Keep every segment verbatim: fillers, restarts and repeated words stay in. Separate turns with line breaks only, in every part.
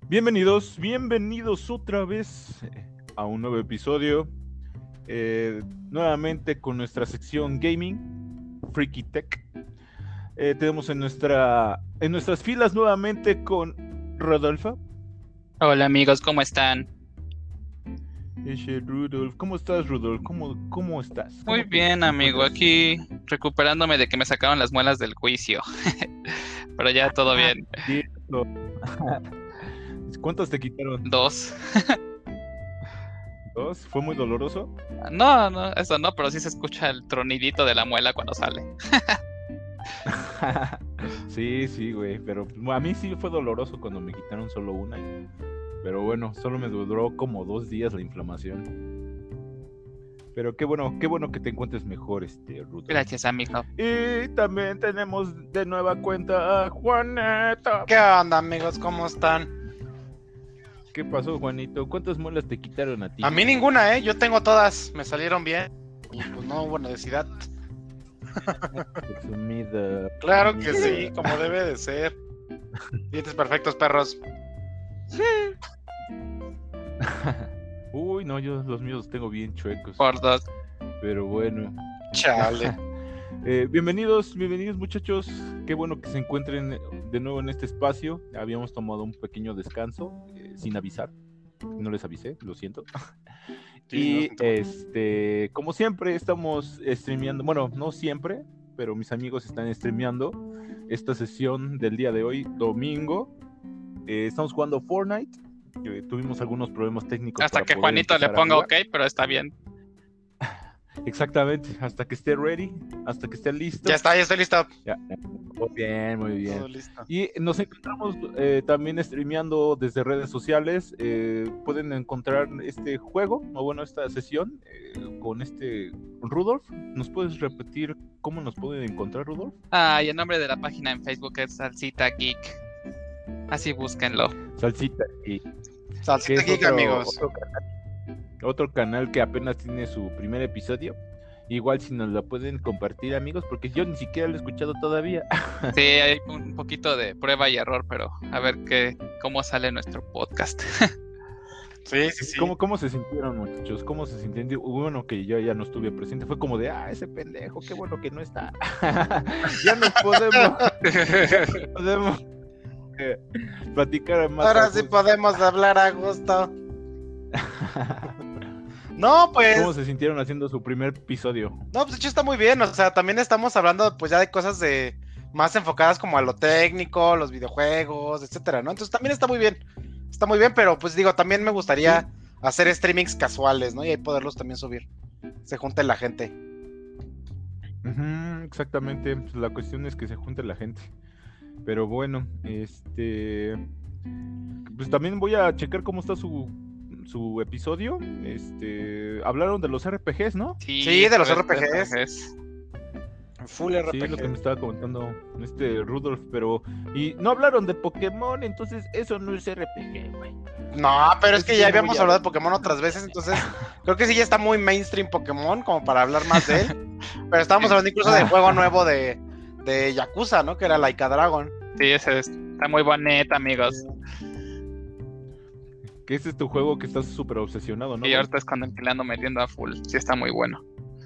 Bienvenidos, bienvenidos otra vez a un nuevo episodio. Eh, nuevamente con nuestra sección Gaming, Freaky Tech. Eh, tenemos en nuestra en nuestras filas nuevamente con Rodolfo.
Hola amigos, ¿cómo están?
Ese Rudolf, ¿cómo estás, Rudolf? ¿Cómo, cómo estás? ¿Cómo
Muy bien, amigo, aquí recuperándome de que me sacaron las muelas del juicio. Pero ya todo bien.
¿Cuántas te quitaron?
Dos.
¿Dos? ¿Fue muy doloroso?
No, no, eso no, pero sí se escucha el tronidito de la muela cuando sale.
Sí, sí, güey, pero a mí sí fue doloroso cuando me quitaron solo una. Pero bueno, solo me duró como dos días la inflamación. Pero qué bueno, qué bueno que te encuentres mejor, este, Ruth.
Gracias, amigo.
Y también tenemos de nueva cuenta a Juaneta.
¿Qué onda, amigos? ¿Cómo están?
¿Qué pasó, Juanito? ¿Cuántas muelas te quitaron a ti?
A mí ninguna, ¿eh? Yo tengo todas, me salieron bien. Y pues no hubo necesidad.
Presumida.
Claro que sí, como debe de ser. Dientes perfectos, perros.
Uy, no, yo los míos los tengo bien chuecos.
Por dos.
Pero bueno.
Chale.
eh, bienvenidos, bienvenidos muchachos. Qué bueno que se encuentren de nuevo en este espacio. Habíamos tomado un pequeño descanso eh, sin avisar. No les avisé, lo siento.
Sí,
y
no,
este, como siempre, estamos streameando. Bueno, no siempre, pero mis amigos están streameando esta sesión del día de hoy, domingo. Eh, estamos jugando Fortnite. Eh, tuvimos algunos problemas técnicos.
Hasta
para
que
poder
Juanito le
empezar a
ponga
jugar.
ok, pero está bien.
Exactamente, hasta que esté ready, hasta que esté listo.
Ya está, ya estoy listo.
Ya. Muy bien, muy bien.
Todo listo.
Y nos encontramos eh, también streameando desde redes sociales. Eh, pueden encontrar este juego, o bueno, esta sesión eh, con este Rudolf. ¿Nos puedes repetir cómo nos pueden encontrar, Rudolf?
Ah, y el nombre de la página en Facebook es Salsita Geek. Así búsquenlo.
Salsita. Y
Salsita Geek, amigos.
Otro canal, otro canal que apenas tiene su primer episodio. Igual si nos lo pueden compartir, amigos, porque yo ni siquiera lo he escuchado todavía.
Sí, hay un poquito de prueba y error, pero a ver qué, cómo sale nuestro podcast.
Sí, sí, sí.
¿Cómo, ¿Cómo se sintieron, muchachos? ¿Cómo se sintieron? Bueno, que yo ya no estuve presente. Fue como de, ah, ese pendejo, qué bueno que no está. Ya nos podemos, podemos eh, platicar más.
Ahora sí podemos hablar a gusto. No, pues.
¿Cómo se sintieron haciendo su primer episodio?
No, pues de hecho está muy bien. O sea, también estamos hablando pues ya de cosas de más enfocadas como a lo técnico, los videojuegos, etcétera, ¿no? Entonces también está muy bien. Está muy bien, pero pues digo, también me gustaría sí. hacer streamings casuales, ¿no? Y ahí poderlos también subir. Se junte la gente.
Uh-huh, exactamente. Pues la cuestión es que se junte la gente. Pero bueno, este. Pues también voy a checar cómo está su. su episodio. Este, hablaron de los R P Gs, ¿no?
Sí, sí de los R P Gs. R P Gs. Full R P G.
Sí, lo que me estaba comentando este Rudolf, pero y no hablaron de Pokémon, entonces eso no es R P G, güey.
No, pero es, es que ya habíamos hablado de Pokémon otras veces, entonces creo que sí ya está muy mainstream Pokémon como para hablar más de él. Pero estábamos hablando incluso del juego nuevo de, de Yakuza, ¿no? Que era Like a Dragon.
Sí, ese está muy bonito, amigos.
Que ese es tu juego que estás súper obsesionado, ¿no?
Y ahorita es cuando empilando metiendo a full. Sí, está muy bueno.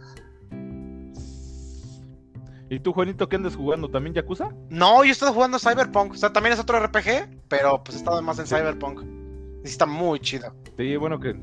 ¿Y tú, Juanito, qué andas jugando? ¿También Yakuza?
No, yo he estado jugando Cyberpunk. O sea, también es otro R P G, pero pues he estado más en sí. Cyberpunk. Y está muy chido.
Sí, bueno que...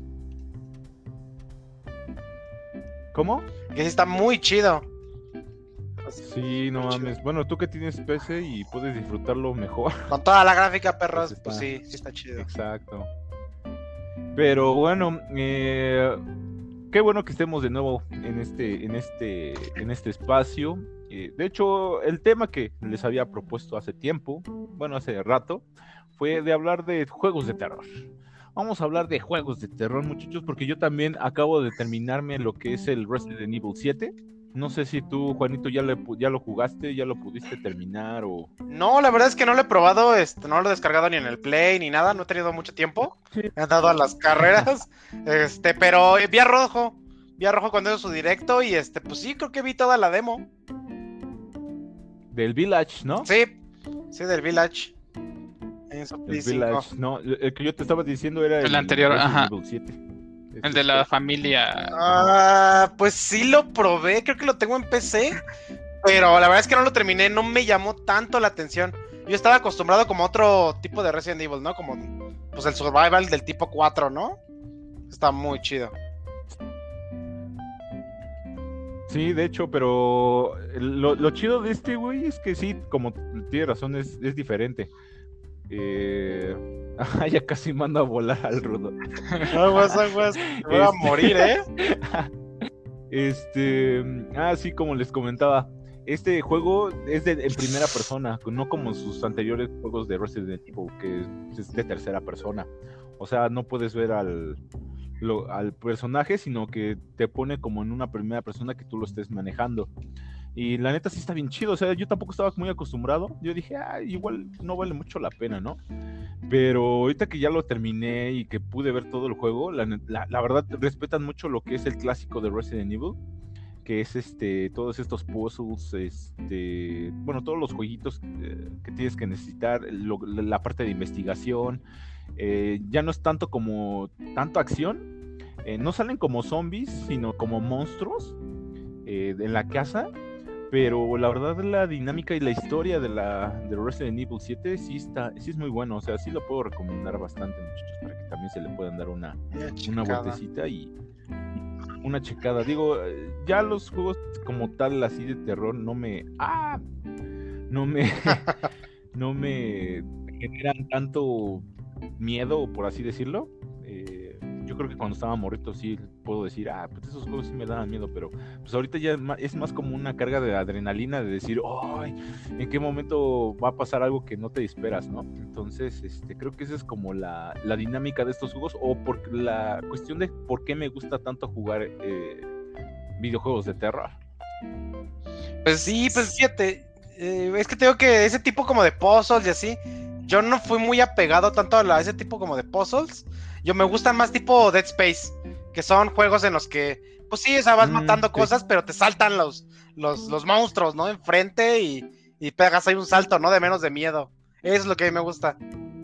¿Cómo?
Que sí está muy chido.
Sí, no mames. Chido. Bueno, tú que tienes P C y puedes disfrutarlo mejor.
Con toda la gráfica, perros, pues, pues sí, sí está chido.
Exacto. Pero bueno, eh, qué bueno que estemos de nuevo en este, en este, en este espacio. Eh, de hecho, el tema que les había propuesto hace tiempo, bueno, hace rato, fue de hablar de juegos de terror. Vamos a hablar de juegos de terror, muchachos, porque yo también acabo de terminarme lo que es el Resident Evil siete. No sé si tú, Juanito, ya, le, ya lo jugaste, ya lo pudiste terminar o...
No, la verdad es que no lo he probado, este, no lo he descargado ni en el Play ni nada, no he tenido mucho tiempo. Sí. Me han dado a las carreras, este, pero vi a Rojo, vi a Rojo cuando hizo su directo y este, pues sí, creo que vi toda la demo.
Del Village, ¿no?
Sí, sí, del Village. En su
El
Play cinco.
Village, no, el que yo te estaba diciendo era
El anterior,
Resident
ajá.
Evil siete.
El de la familia.
Ah, pues sí lo probé, creo que lo tengo en P C, pero la verdad es que no lo terminé, no me llamó tanto la atención. Yo estaba acostumbrado como a otro tipo de Resident Evil, ¿no? Como pues el survival del tipo cuatro, ¿no? Está muy chido.
Sí, de hecho, pero lo, lo chido de este, güey, es que sí, como tiene razón, es, es diferente. Eh... Ah, ya casi mando a volar al rudo.
Aguas, aguas, me voy a
Este-
morir, ¿eh?
Este, ah, sí, como les comentaba, este juego es de, en primera persona, no como sus anteriores juegos de Resident Evil, que es de tercera persona. O sea, no puedes ver al, lo- al personaje, sino que te pone como en una primera persona que tú lo estés manejando. Y la neta sí está bien chido, o sea, yo tampoco estaba muy acostumbrado. Yo dije, ah, igual no vale mucho la pena, ¿no? Pero ahorita que ya lo terminé y que pude ver todo el juego, la, la, la verdad respetan mucho lo que es el clásico de Resident Evil, que es este todos estos puzzles, este, bueno, todos los jueguitos eh, que tienes que necesitar, lo, la parte de investigación, eh, ya no es tanto como tanto acción, eh, no salen como zombies, sino como monstruos eh, en la casa. Pero la verdad la dinámica y la historia de la de Resident Evil siete sí está, sí es muy bueno, o sea, sí lo puedo recomendar bastante, muchachos, para que también se le puedan dar una, una vueltecita y una checada. Digo, ya los juegos como tal así de terror no me ah no me no me generan tanto miedo, por así decirlo. Eh, yo creo que cuando estaba morrito sí puedo decir, ah, pues esos juegos sí me daban miedo, pero pues ahorita ya es más como una carga de adrenalina de decir, ay, ¿en qué momento va a pasar algo que no te esperas, no? Entonces, este, creo que esa es como la, la dinámica de estos juegos, o por la cuestión de por qué me gusta tanto jugar eh, videojuegos de terror.
Pues sí, pues fíjate, eh, es que tengo que ese tipo como de puzzles y así, yo no fui muy apegado tanto a, la, a ese tipo como de puzzles. Yo me gustan más tipo Dead Space, que son juegos en los que, pues sí, o sea, vas mm, matando sí. cosas, pero te saltan los, los, los monstruos, ¿no? Enfrente y, y pegas ahí un salto, ¿no? De menos de miedo. Eso es lo que a mí me gusta.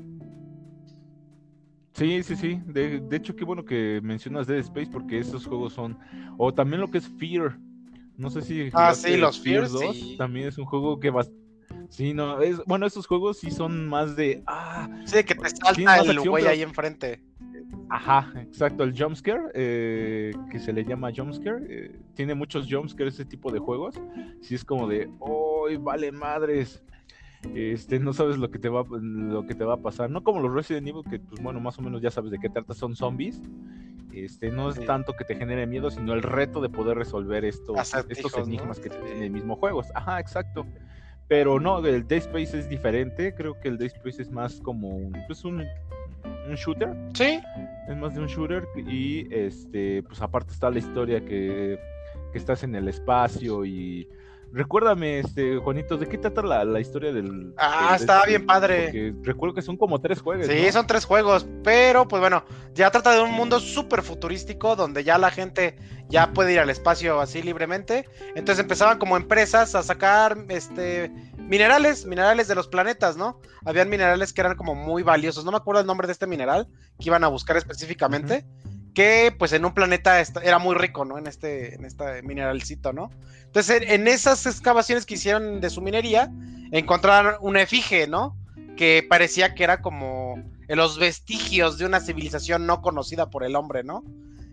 Sí, sí, sí. De, de hecho, qué bueno que mencionas Dead Space, porque esos juegos son... O también lo que es Fear. No sé si...
Ah, sí, los
Fear
Fear,
dos. Sí. También es un juego que va... Sí, no, es... Bueno, esos juegos sí son más de... Ah,
sí, que te salta el güey pero... ahí enfrente.
Ajá, exacto, el jumpscare, eh, que se le llama jumpscare, eh, tiene muchos jumpscares ese tipo de juegos, sí es como de, ¡oh, vale madres! Este, no sabes lo que te va lo que te va a pasar, no como los Resident Evil, que pues bueno, más o menos ya sabes de qué trata, son zombies, este, no es sí. tanto que te genere miedo, sino el reto de poder resolver estos, estos enigmas, ¿no? Que tiene el mismo juego, ajá, exacto. Pero no, el Dead Space es diferente, creo que el Dead Space es más como un, pues un un shooter.
Sí.
Es más de un shooter y este, pues aparte está la historia que, que estás en el espacio y recuérdame, este, Juanito, ¿de qué trata la, la historia del...
Ah,
del
está bien padre.
Porque recuerdo que son como tres juegos.
Sí,
¿no?
Son tres juegos, pero pues bueno, ya trata de un mundo súper futurístico donde ya la gente ya puede ir al espacio así libremente. Entonces empezaban como empresas a sacar este minerales, minerales de los planetas, ¿no? Habían minerales que eran como muy valiosos, no me acuerdo el nombre de este mineral que iban a buscar específicamente. Uh-huh. Que pues en un planeta era muy rico, ¿no? En este, en este mineralcito, ¿no? Entonces en esas excavaciones que hicieron de su minería, encontraron una efigie, ¿no? Que parecía que era como los vestigios de una civilización no conocida por el hombre, ¿no?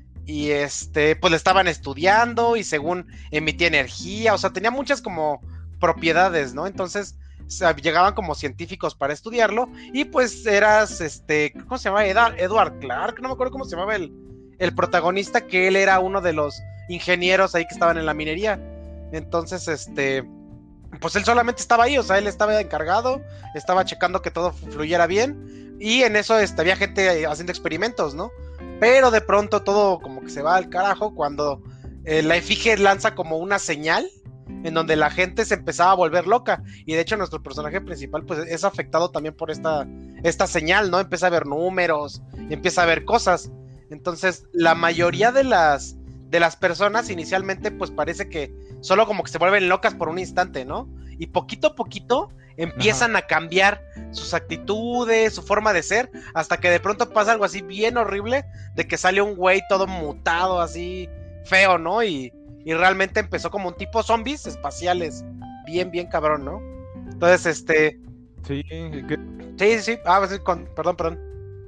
Y este, pues le estaban estudiando y según emitía energía, o sea, tenía muchas como propiedades, ¿no? Entonces o sea, llegaban como científicos para estudiarlo y pues eras, este, ¿cómo se llamaba? Ed- Edward Clark, no me acuerdo cómo se llamaba el, el protagonista, que él era uno de los ingenieros ahí que estaban en la minería. Entonces, este, pues él solamente estaba ahí, o sea, él estaba encargado, estaba checando que todo fluyera bien y en eso este, había gente haciendo experimentos, ¿no? Pero de pronto todo como que se va al carajo cuando eh, la efigie lanza como una señal en donde la gente se empezaba a volver loca, y de hecho nuestro personaje principal pues es afectado también por esta, esta señal, ¿no? Empieza a ver números, empieza a ver cosas. Entonces la mayoría de las, de las personas inicialmente pues parece que solo como que se vuelven locas por un instante, ¿no? Y poquito a poquito empiezan Ajá. a cambiar sus actitudes, su forma de ser, hasta que de pronto pasa algo así bien horrible, de que sale un güey todo mutado, así feo, ¿no? Y, y realmente empezó como un tipo zombies espaciales, bien, bien cabrón, ¿no? Entonces, este...
Sí, que...
sí, sí, ah, sí, con... perdón, perdón.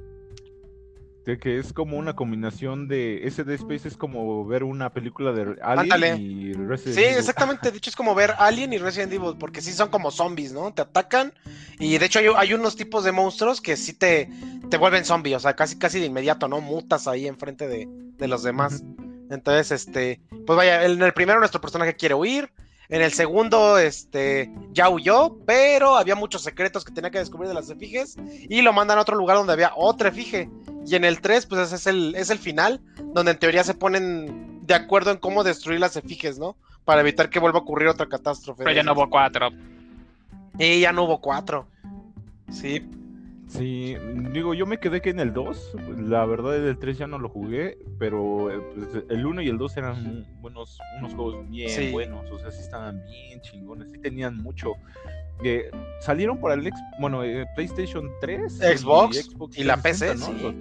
De que es como una combinación de... Ese Dead Space es como ver una película de Alien
Ándale.
y Resident
Sí,
Evil.
exactamente, de hecho es como ver Alien y Resident Evil, porque sí son como zombies, ¿no? Te atacan y de hecho hay, hay unos tipos de monstruos que sí te, te vuelven zombie, o sea, casi casi de inmediato, ¿no? Mutas ahí enfrente de, de los demás. Entonces, este, pues vaya, en el primero nuestro personaje quiere huir, en el segundo, este, ya huyó, pero había muchos secretos que tenía que descubrir de las efigies y lo mandan a otro lugar donde había otra efige. Y en el tres, pues ese es el, es el final, donde en teoría se ponen de acuerdo en cómo destruir las efigies, ¿no? Para evitar que vuelva a ocurrir otra catástrofe.
Pero ya no hubo cuatro.
Y ya no hubo cuatro. Sí.
Sí, digo, yo me quedé que en el dos, la verdad el tres ya no lo jugué, pero pues, el uno y el dos eran buenos, unos juegos bien sí. buenos, o sea, sí estaban bien chingones, sí tenían mucho. Eh, salieron para el ex, bueno, eh, PlayStation tres,
Xbox y,
Xbox
y la P C, ¿no? Sí.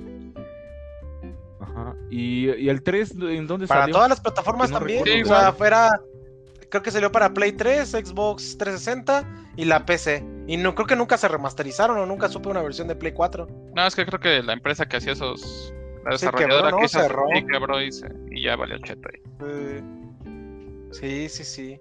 Ajá. Y, y el tres, ¿en dónde
para
salió?
Para todas las plataformas no también, sí, o sea, fuera, creo que salió para Play tres, Xbox trescientos sesenta y la P C. Y no creo que nunca se remasterizaron o nunca supe una versión de Play cuatro.
No, es que creo que la empresa que hacía esos, la
sí,
desarrolladora
quebró, ¿no?
que hizo,
Cerró.
y quebró y, se, y ya valió cheto ahí.
Eh, sí, sí, sí.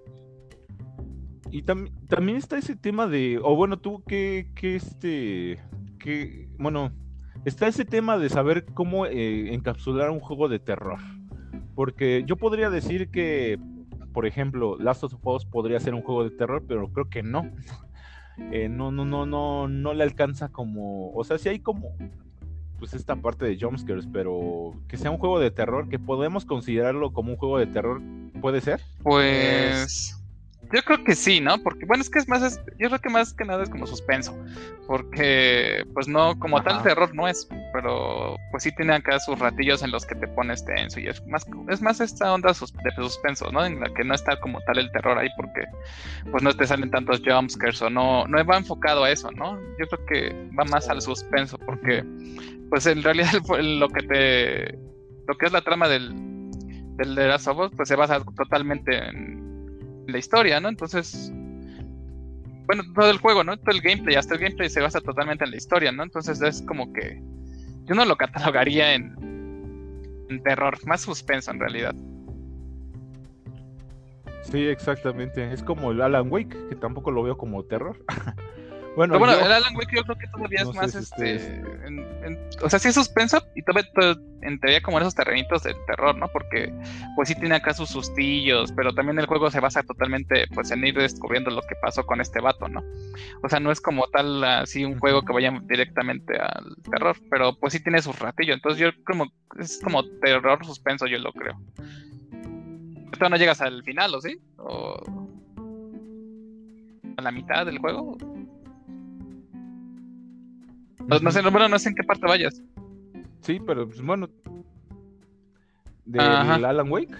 Y tam también está ese tema de, o bueno, tú que, que este, que, bueno, está ese tema de saber cómo eh, encapsular un juego de terror. Porque yo podría decir que, por ejemplo, Last of Us podría ser un juego de terror, pero creo que no. Eh, no, no, no, no, no le alcanza como, o sea, sí hay como, pues esta parte de jumpscares, pero que sea un juego de terror, que podemos considerarlo como un juego de terror, ¿puede ser?
Pues... yo creo que sí, ¿no? Porque, bueno, es que es más, es, yo creo que más que nada es como suspenso, porque, pues no, como Ajá. tal terror no es, pero pues sí tiene acá sus ratillos en los que te pones tenso y es más, es más esta onda sus, de suspenso, ¿no? En la que no está como tal el terror ahí porque, pues no te salen tantos jumpscares o no, no va enfocado a eso, ¿no? Yo creo que va más al suspenso porque, pues en realidad lo que te, lo que es la trama del, del The Last of Us, pues se basa totalmente en la historia, ¿no? Entonces, bueno, todo el juego, ¿no? Todo el gameplay, hasta el gameplay se basa totalmente en la historia, ¿no? Entonces es como que yo no lo catalogaría en, en terror, más suspenso en realidad.
Sí, exactamente. Es como el Alan Wake, que tampoco lo veo como terror. Bueno,
Pero bueno,
yo,
el Alan Wake yo creo que todavía
no
es más,
sé si
este,
ustedes...
en, en, o sea, sí es suspenso y todavía todo, en teoría como en esos terrenitos del terror, ¿no? Porque pues sí tiene acá sus sustillos, pero también el juego se basa totalmente pues en ir descubriendo lo que pasó con este vato, ¿no? O sea, no es como tal así un juego que vaya directamente al terror, pero pues sí tiene sus ratillos, entonces yo como, es como terror suspenso, yo lo creo. ¿Tú no llegas al final, o sí? ¿O a la mitad del juego? No, no sé, bueno, no sé en qué parte vayas.
Sí, pero pues bueno. ¿Del Alan Wake?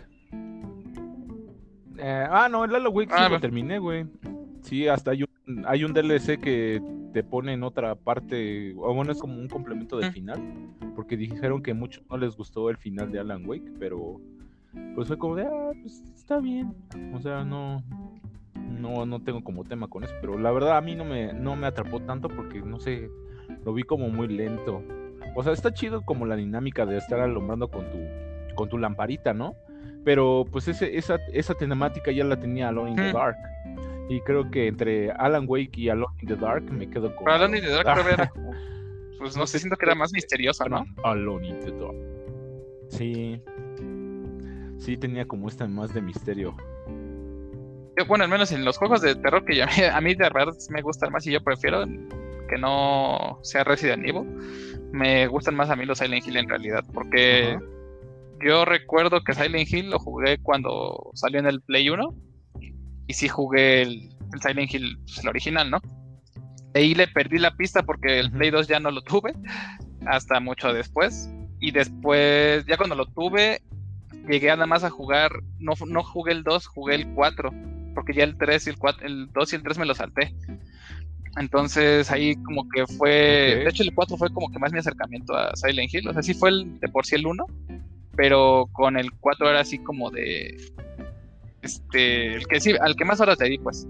Eh, ah, no, el Alan Wake sí ah, lo terminé, güey. Sí, hasta hay un, hay un D L C que te pone en otra parte, o bueno, es como un complemento del final, porque dijeron que muchos no les gustó el final de Alan Wake, pero pues fue como de, ah, pues está bien. O sea, no... No, no tengo como tema con eso, pero la verdad a mí no me, no me atrapó tanto porque, no sé, lo vi como muy lento. O sea, está chido como la dinámica de estar alumbrando con tu, con tu lamparita, ¿no? Pero pues ese, esa, esa temática ya la tenía Alone in the Dark. Y creo que entre Alan Wake y Alone in the Dark me quedo con...
Pero Alone in the Dark creo que era como... Pues no sé, siento que era más misterioso, ¿no?
Alone in the Dark. Sí. Sí, tenía como esta más de misterio.
Bueno, al menos en los juegos de terror que ya, a mí de verdad me gustan más y yo prefiero que no sea Resident Evil, me gustan más a mí los Silent Hill en realidad, porque uh-huh. yo recuerdo que Silent Hill lo jugué cuando salió en el Play uno y sí jugué el, el Silent Hill, pues, el original, ¿no? De ahí le perdí la pista porque el uh-huh. Play dos ya no lo tuve hasta mucho después y después ya cuando lo tuve llegué nada más a jugar, no, no jugué el dos, jugué el cuatro, porque ya el tres y el cuatro, el dos y el tres me lo salté. Entonces ahí como que fue,
okay.
De hecho el cuatro fue como que más mi acercamiento a Silent Hill, o sea, sí fue el, de por sí el uno, pero con el cuatro era así como de, este, el que sí, al que más horas le di, pues.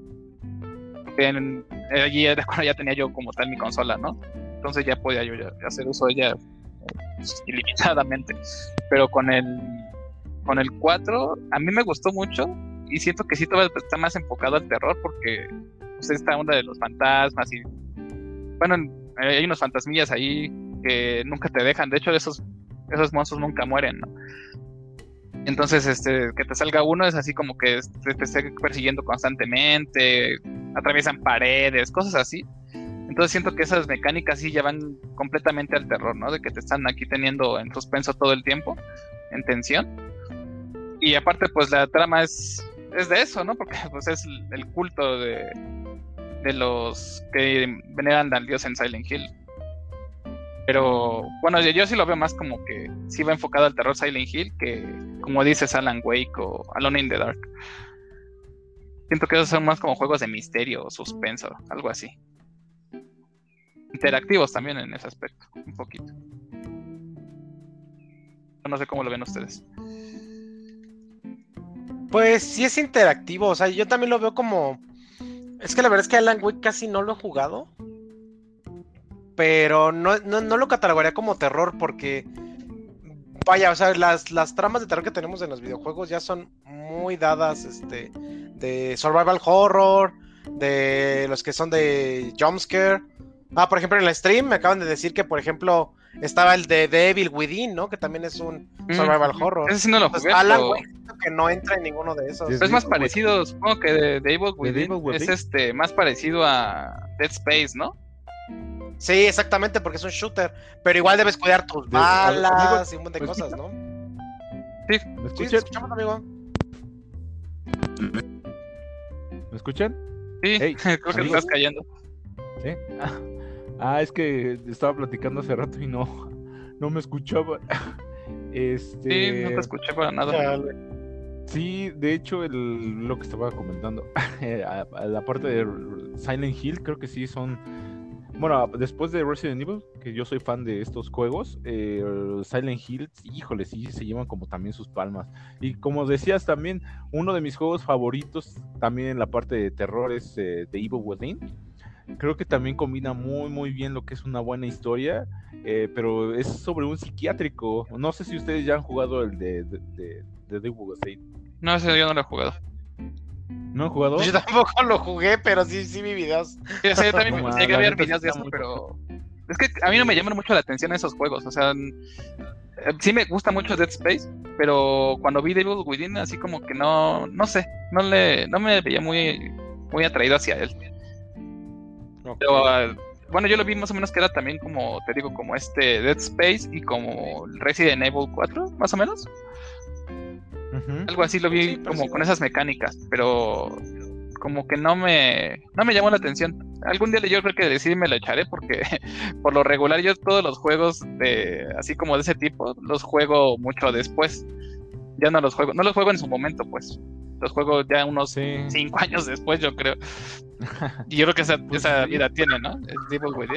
En, allí era cuando ya tenía yo como tal mi consola, ¿no? Entonces ya podía yo ya hacer uso de ella pues, ilimitadamente. Pero con el con el cuatro a mí me gustó mucho y siento que sí todavía está más enfocado al terror porque pues, esta onda de los fantasmas y bueno, hay unos fantasmillas ahí que nunca te dejan, de hecho esos esos monstruos nunca mueren, ¿no? Entonces, este, que te salga uno es así como que te, te esté persiguiendo constantemente, atraviesan paredes, cosas así. Entonces siento que esas mecánicas sí ya van completamente al terror, ¿no? De que te están aquí teniendo en suspenso todo el tiempo, en tensión. Y aparte, pues la trama es, es de eso, ¿no? Porque pues es el culto de, de los que veneran al dios en Silent Hill. Pero bueno, yo, yo sí lo veo más como que sí va enfocado al terror Silent Hill que, como dices, Alan Wake o Alone in the Dark. Siento que esos son más como juegos de misterio o suspenso, algo así. Interactivos también en ese aspecto, un poquito. No sé cómo lo ven ustedes.
Pues sí es interactivo, o sea, yo también lo veo como... Es que la verdad es que Alan Wake casi no lo he jugado. Pero no, no, no lo catalogaría como terror porque... Vaya, o sea, las, las tramas de terror que tenemos en los videojuegos ya son muy dadas, este... de survival horror, de los que son de jumpscare. Ah, por ejemplo, en el stream me acaban de decir que, por ejemplo, estaba el de The Evil Within, ¿no? Que también es un survival mm, horror.
Ese sí no lo jugué.
Pues Alan pero... Wake que no entra en ninguno de esos.
Es más parecido, supongo que de, de Evil Within es este más parecido a Dead Space, ¿no?
Sí, exactamente, porque es un shooter. Pero igual debes cuidar tus de, balas amigo, y un montón de cosas, ¿no?
Sí,
¿me escuchan?
Sí, escuchamos, amigo.
¿Me escuchan?
Sí, hey, creo que te estás cayendo.
¿Sí? Ah, es que estaba platicando hace rato y no, no me escuchaba. Este...
Sí, no te escuché para nada.
Sí, de hecho, el, lo que estaba comentando, a, a la parte de Silent Hill, creo que sí son... Bueno, después de Resident Evil, que yo soy fan de estos juegos, eh, Silent Hill, híjole, sí se llevan como también sus palmas. Y como decías también, uno de mis juegos favoritos también en la parte de terror es eh, The Evil Within. Creo que también combina muy muy bien lo que es una buena historia, eh, pero es sobre un psiquiátrico. No sé si ustedes ya han jugado el de, de, de, de The Evil Within.
No, ese yo no lo he jugado.
¿No han jugado?
Yo tampoco lo jugué, pero sí, sí vi videos.
Sí, o sea, yo también no, llegué a ver videos de eso, pero... Es que a mí no me llaman mucho la atención esos juegos, o sea... Sí me gusta mucho Dead Space, pero cuando vi The Evil Within, así como que no... No sé, no le no me veía muy, muy atraído hacia él. Okay. Pero, uh, bueno, yo lo vi más o menos que era también como, te digo, como este Dead Space y como Resident Evil cuatro, más o menos. Uh-huh. Algo así lo vi sí, como sí, con esas mecánicas, pero como que no me no me llamó la atención. Algún día yo creo que sí me lo echaré porque por lo regular yo todos los juegos de así como de ese tipo los juego mucho después. Ya no los juego, no los juego en su momento, pues. Los juego ya unos sí. cinco años después, yo creo. Y yo creo que esa, pues esa sí. vida tiene, ¿no? El Evil Within.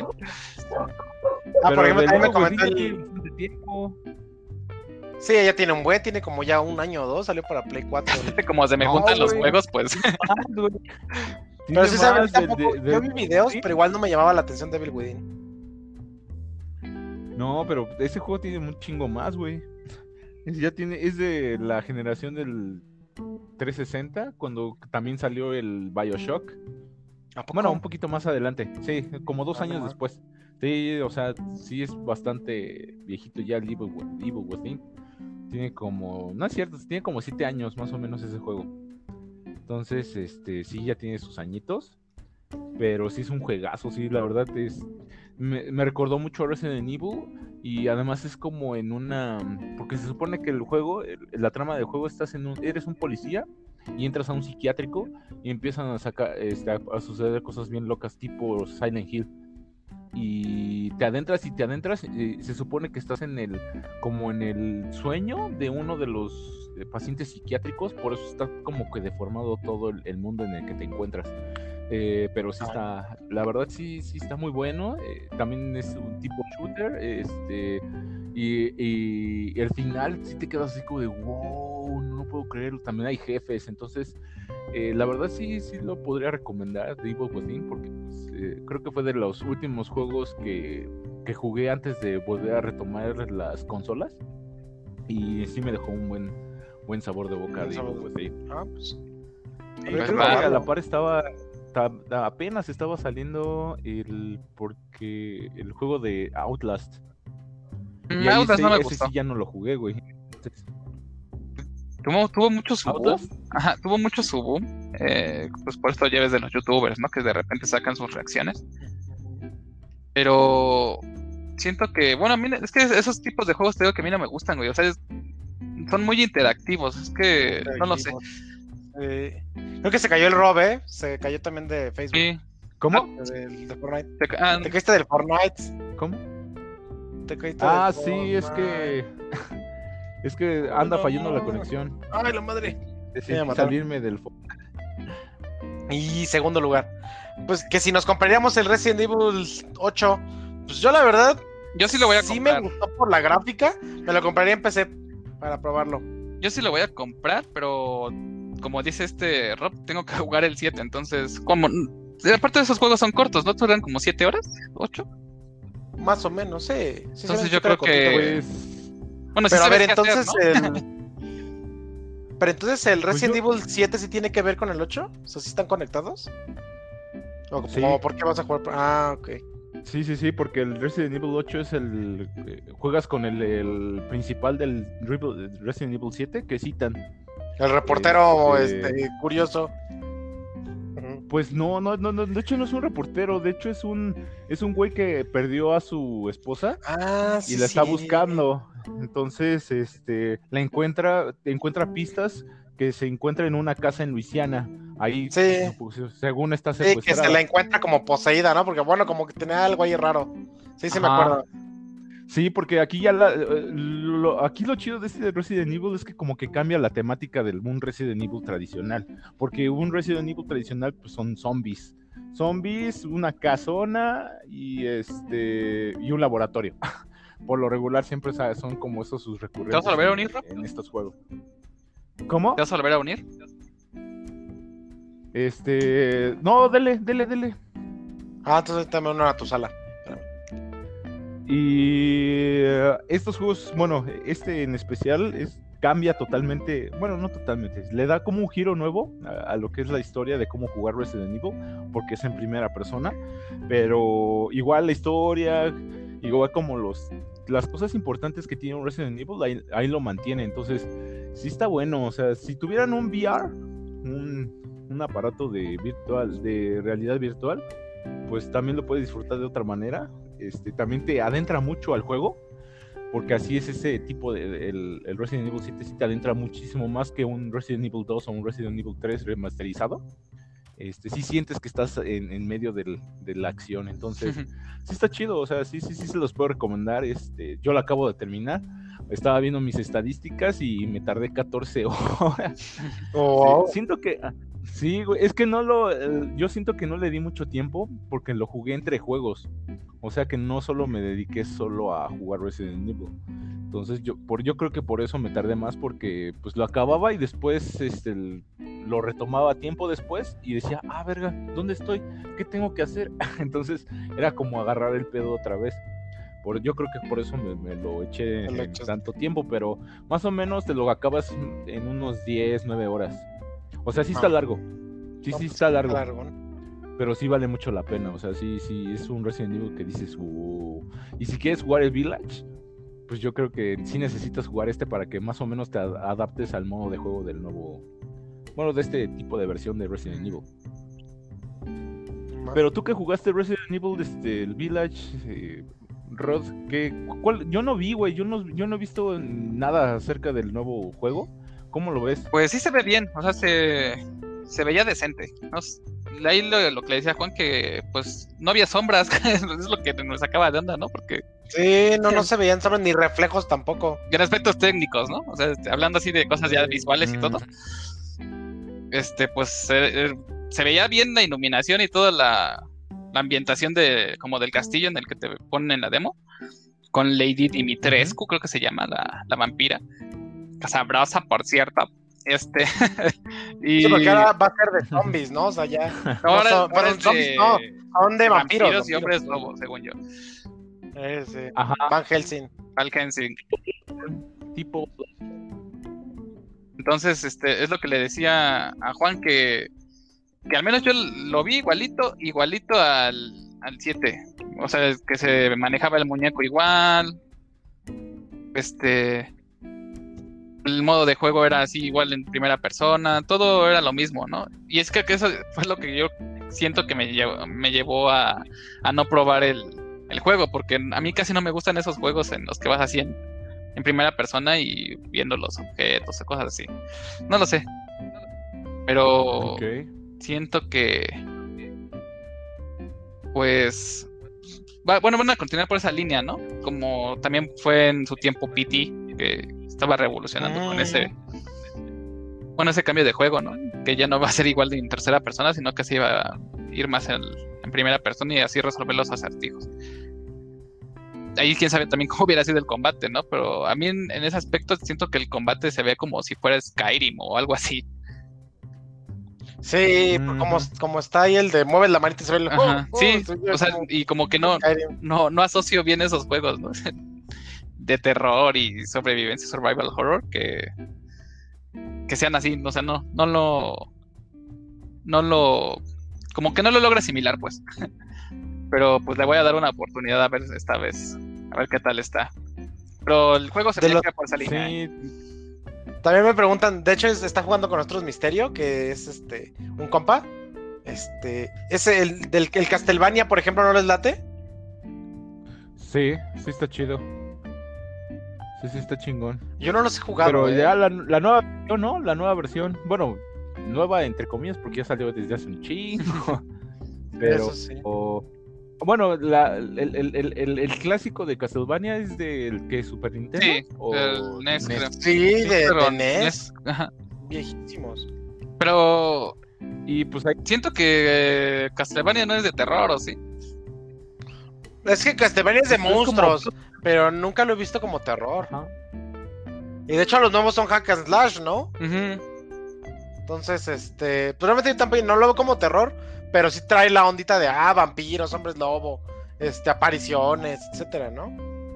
Ah, por ejemplo, también me comentó el... tiempo. Sí, ella tiene un buen, tiene como ya un año o dos, salió para Play cuatro.
Como se me no, juntan wey. los juegos, pues.
Pero sí, sabes, tampoco, de, de, yo vi videos, ¿sí? Pero igual no me llamaba la atención Devil Within.
No, pero ese juego tiene un chingo más, güey. Ya tiene, es de la generación del trescientos sesenta, cuando también salió el BioShock. Bueno, un poquito más adelante, sí, como dos ah, años no, después. Sí, o sea, sí es bastante viejito ya el Evil, Evil Within. Tiene como, no es cierto, tiene como siete años más o menos ese juego. Entonces, este, sí, ya tiene sus añitos. Pero sí es un juegazo, sí, la verdad es... Me, me recordó mucho a Resident Evil. Y además es como en una... Porque se supone que el juego, la trama del juego, estás en un... Eres un policía y entras a un psiquiátrico y empiezan a sacar, este, a, a suceder cosas bien locas tipo Silent Hill. Y te adentras y te adentras, eh, se supone que estás en el, como en el sueño de uno de los eh, pacientes psiquiátricos, por eso está como que deformado todo el, el mundo en el que te encuentras. Eh, pero sí está, la verdad sí, sí está muy bueno. Eh, también es un tipo shooter, este, y, y, y el final sí te quedas así como de wow, no puedo creerlo. También hay jefes, entonces eh, la verdad sí, sí lo podría recomendar, The Evil Within, porque pues, eh, creo que fue de los últimos juegos que, que jugué antes de volver a retomar las consolas, y sí me dejó un buen, buen sabor de boca, The Evil Within.
Ah, pues.
Y creo que a la par estaba apenas estaba saliendo el porque el juego de Outlast.
Mm,
y
Outlast
ese,
no me
ese
gustó.
sí ya no lo jugué, güey. Entonces,
tuvo, tuvo mucho su boom.
¿Outlast?
Ajá, tuvo mucho su boom. Eh, pues por esto ya ves de los youtubers, ¿no? Que de repente sacan sus reacciones. Pero siento que, bueno, a mí es que esos tipos de juegos te digo que a mí no me gustan, güey. O sea, es, son muy interactivos. Es que no lo sé.
Eh, creo que se cayó el Rob, ¿eh? Se cayó también de Facebook.
Sí.
¿Cómo?
Del, de Fortnite.
Te, ah,
Te caíste del Fortnite.
¿Cómo?
Te caíste
Ah,
del
sí,
Fortnite.
es que es que anda fallando la conexión.
Ay, la madre.
Decidí salirme del fo-
Y segundo lugar, pues que si nos compraríamos el Resident Evil ocho, pues yo la verdad,
yo sí lo voy a
sí
comprar.
me gustó por la gráfica, me lo compraría en P C para probarlo.
Yo sí lo voy a comprar, pero como dice este Rob, tengo que jugar el siete, entonces, como aparte de esos juegos son cortos, ¿no? ¿Duran como siete horas? ¿ocho?
Más o menos, sí. sí
entonces yo creo que...
Pues...
Bueno,
pero
sí
a ver,
qué
entonces
hacer, ¿no?
el... Pero entonces el Resident
pues yo...
Evil siete sí tiene que ver con el ocho, o sea, ¿sí están conectados? ¿O
sí.
como, por qué vas a jugar? Ah, ok.
Sí, sí, sí, porque el Resident Evil ocho es el... Eh, juegas con el, el principal del Resident Evil siete, que citan.
El reportero,
este,
este, curioso.
Pues no, no, no, no, de hecho no es un reportero, de hecho es un es un güey que perdió a su esposa
ah, sí,
y la está
sí.
buscando. Entonces, este, la encuentra, encuentra pistas que se encuentra en una casa en Luisiana. Ahí,
sí.
pues, según está
secuestrada. Sí, que se la encuentra como poseída, ¿no? Porque bueno, como que tenía algo ahí raro. Sí, sí, Ajá. me acuerdo.
Sí, porque aquí ya la, lo, aquí lo chido de este Resident Evil es que como que cambia la temática del un Resident Evil tradicional, porque un Resident Evil tradicional pues son zombies, zombies, una casona y este y un laboratorio. Por lo regular siempre son como esos sus recurrentes.
¿Te vas a volver a unir, Rob?
En estos juegos. ¿Cómo?
¿Te vas a volver a unir?
Este, no, dele, dele, dele.
Ah, entonces también uno a tu sala.
Y uh, estos juegos, bueno, este en especial es, cambia totalmente, bueno, no totalmente, le da como un giro nuevo a, a lo que es la historia de cómo jugar Resident Evil, porque es en primera persona, pero igual la historia, igual como los las cosas importantes que tiene un Resident Evil, ahí, ahí lo mantiene, entonces sí está bueno, o sea, si tuvieran un V R, un, un aparato de virtual, de realidad virtual, pues también lo puedes disfrutar de otra manera. Este, también te adentra mucho al juego, porque así es ese tipo de, de el, el Resident Evil siete sí te adentra muchísimo más que un Resident Evil dos o un Resident Evil tres remasterizado. Este, sí sientes que estás en, en medio del, de la acción, entonces sí está chido, o sea, sí, sí, sí se los puedo recomendar. Este, yo lo acabo de terminar, estaba viendo mis estadísticas y me tardé catorce horas.
Oh.
Sí, siento que sí, güey, es que no lo, eh, yo siento que no le di mucho tiempo porque lo jugué entre juegos, o sea que no solo me dediqué solo a jugar Resident Evil, entonces yo, por, yo creo que por eso me tardé más, porque pues lo acababa y después este, el, lo retomaba tiempo después y decía, ah, verga, ¿dónde estoy? ¿Qué tengo que hacer? Entonces era como agarrar el pedo otra vez. Por, yo creo que por eso me, me lo eché en tanto tiempo, pero más o menos te lo acabas en unos diez, nueve horas. O sea, sí está largo. Sí, sí está largo. largo ¿no? Pero sí vale mucho la pena. O sea, sí, sí es un Resident Evil que dices, uh. Y si quieres jugar el Village, pues yo creo que sí necesitas jugar este para que más o menos te adaptes al modo de juego del nuevo, bueno, de este tipo de versión de Resident Evil. Pero tú que jugaste Resident Evil, este, el Village, eh, Rod, ¿qué, cuál? Yo no vi, güey, yo no, yo no he visto nada acerca del nuevo juego. ¿Cómo lo ves?
Pues sí se ve bien, o sea, se, se veía decente. No, ahí lo, lo que le decía Juan, que pues no había sombras, es lo que nos sacaba de onda, ¿no? Porque
Sí, no, no se veían sombras ni reflejos tampoco.
en aspectos técnicos, ¿no? O sea, este, hablando así de cosas ya visuales y
Mm.
todo, este, pues eh, eh, se veía bien la iluminación y toda la, la ambientación de como del castillo en el que te ponen en la demo, con Lady Dimitrescu, creo que se llama la, la vampira, sabrosa, por cierto. Este, y
Sí, porque ahora va a ser de zombies, ¿no? O sea, ya. no
ahora,
son-
ahora
perdón,
es
zombies
de,
no, son de
de
vampiros.
vampiros y
vampiros.
hombres lobos, según yo.
Eh, sí.
Ajá,
Van Helsing.
Val Helsing.
tipo.
Entonces, este, es lo que le decía a Juan, que, que al menos yo lo vi igualito, igualito al, al siete. O sea, que se manejaba el muñeco igual. Este. El modo de juego era así igual en primera persona. Todo era lo mismo, ¿no? Y es que, que eso fue lo que yo siento que me llevó, me llevó a, a no probar el, el juego. Porque a mí casi no me gustan esos juegos en los que vas así en, en primera persona y viendo los objetos o cosas así. No lo sé. Pero
Ok.
siento que pues va- bueno, van a continuar por esa línea, ¿no? Como también fue en su tiempo P T, que estaba revolucionando con
Mm.
ese bueno, ese cambio de juego, ¿no? Que ya no va a ser igual de en tercera persona, sino que se iba a ir más en, en primera persona y así resolver los acertijos. Ahí quién sabe también cómo hubiera sido el combate, ¿no? Pero a mí en, en ese aspecto siento que el combate se ve como si fuera Skyrim o algo así.
Sí,
Ujú.
como, como está ahí el de mueves la manita y se ve el.
Ajá,
oh, oh,
sí,
se ve
o sea,
como
y como que no,
Skyrim.
no, no asocio bien esos juegos, ¿no? De terror y sobrevivencia, survival horror, que, que sean así, o sea, no, no lo, no lo, como que no lo logra asimilar, pues. Pero pues le voy a dar una oportunidad a ver esta vez, a ver qué tal está. Pero el juego se
De
maneja
los-
por esa línea. ¿eh?
Sí,
También me preguntan, de hecho es- está jugando con nosotros Misterio, que es este un compa. Este, ese el del el Castlevania, por ejemplo, ¿no les late?
sí, sí está chido. Sí, sí está chingón.
Yo no los he jugado.
Pero
eh.
ya la, la nueva versión, ¿no? La nueva versión. Bueno, nueva entre comillas, porque ya salió desde hace un chingo. Pero,
Eso sí.
o- bueno, la, el, el, el, el, el clásico de Castlevania es del que Super Nintendo.
Sí,
¿O
del N E S,
NES?
creo.
Sí, de,
pero
de N E S,
ajá.
viejísimos.
Pero
Y pues ahí,
siento que Castlevania no es de terror, ¿o sí?
Es que Castlevania es de
Es como-
monstruos, pero nunca lo he visto como terror.
ajá.
Y de hecho los nuevos son hack and slash, ¿no?
Ujú.
Entonces, este, pues realmente yo tampoco no lo veo como terror, pero sí trae la ondita de ah, vampiros, hombres lobo, este, apariciones, etcétera, ¿no?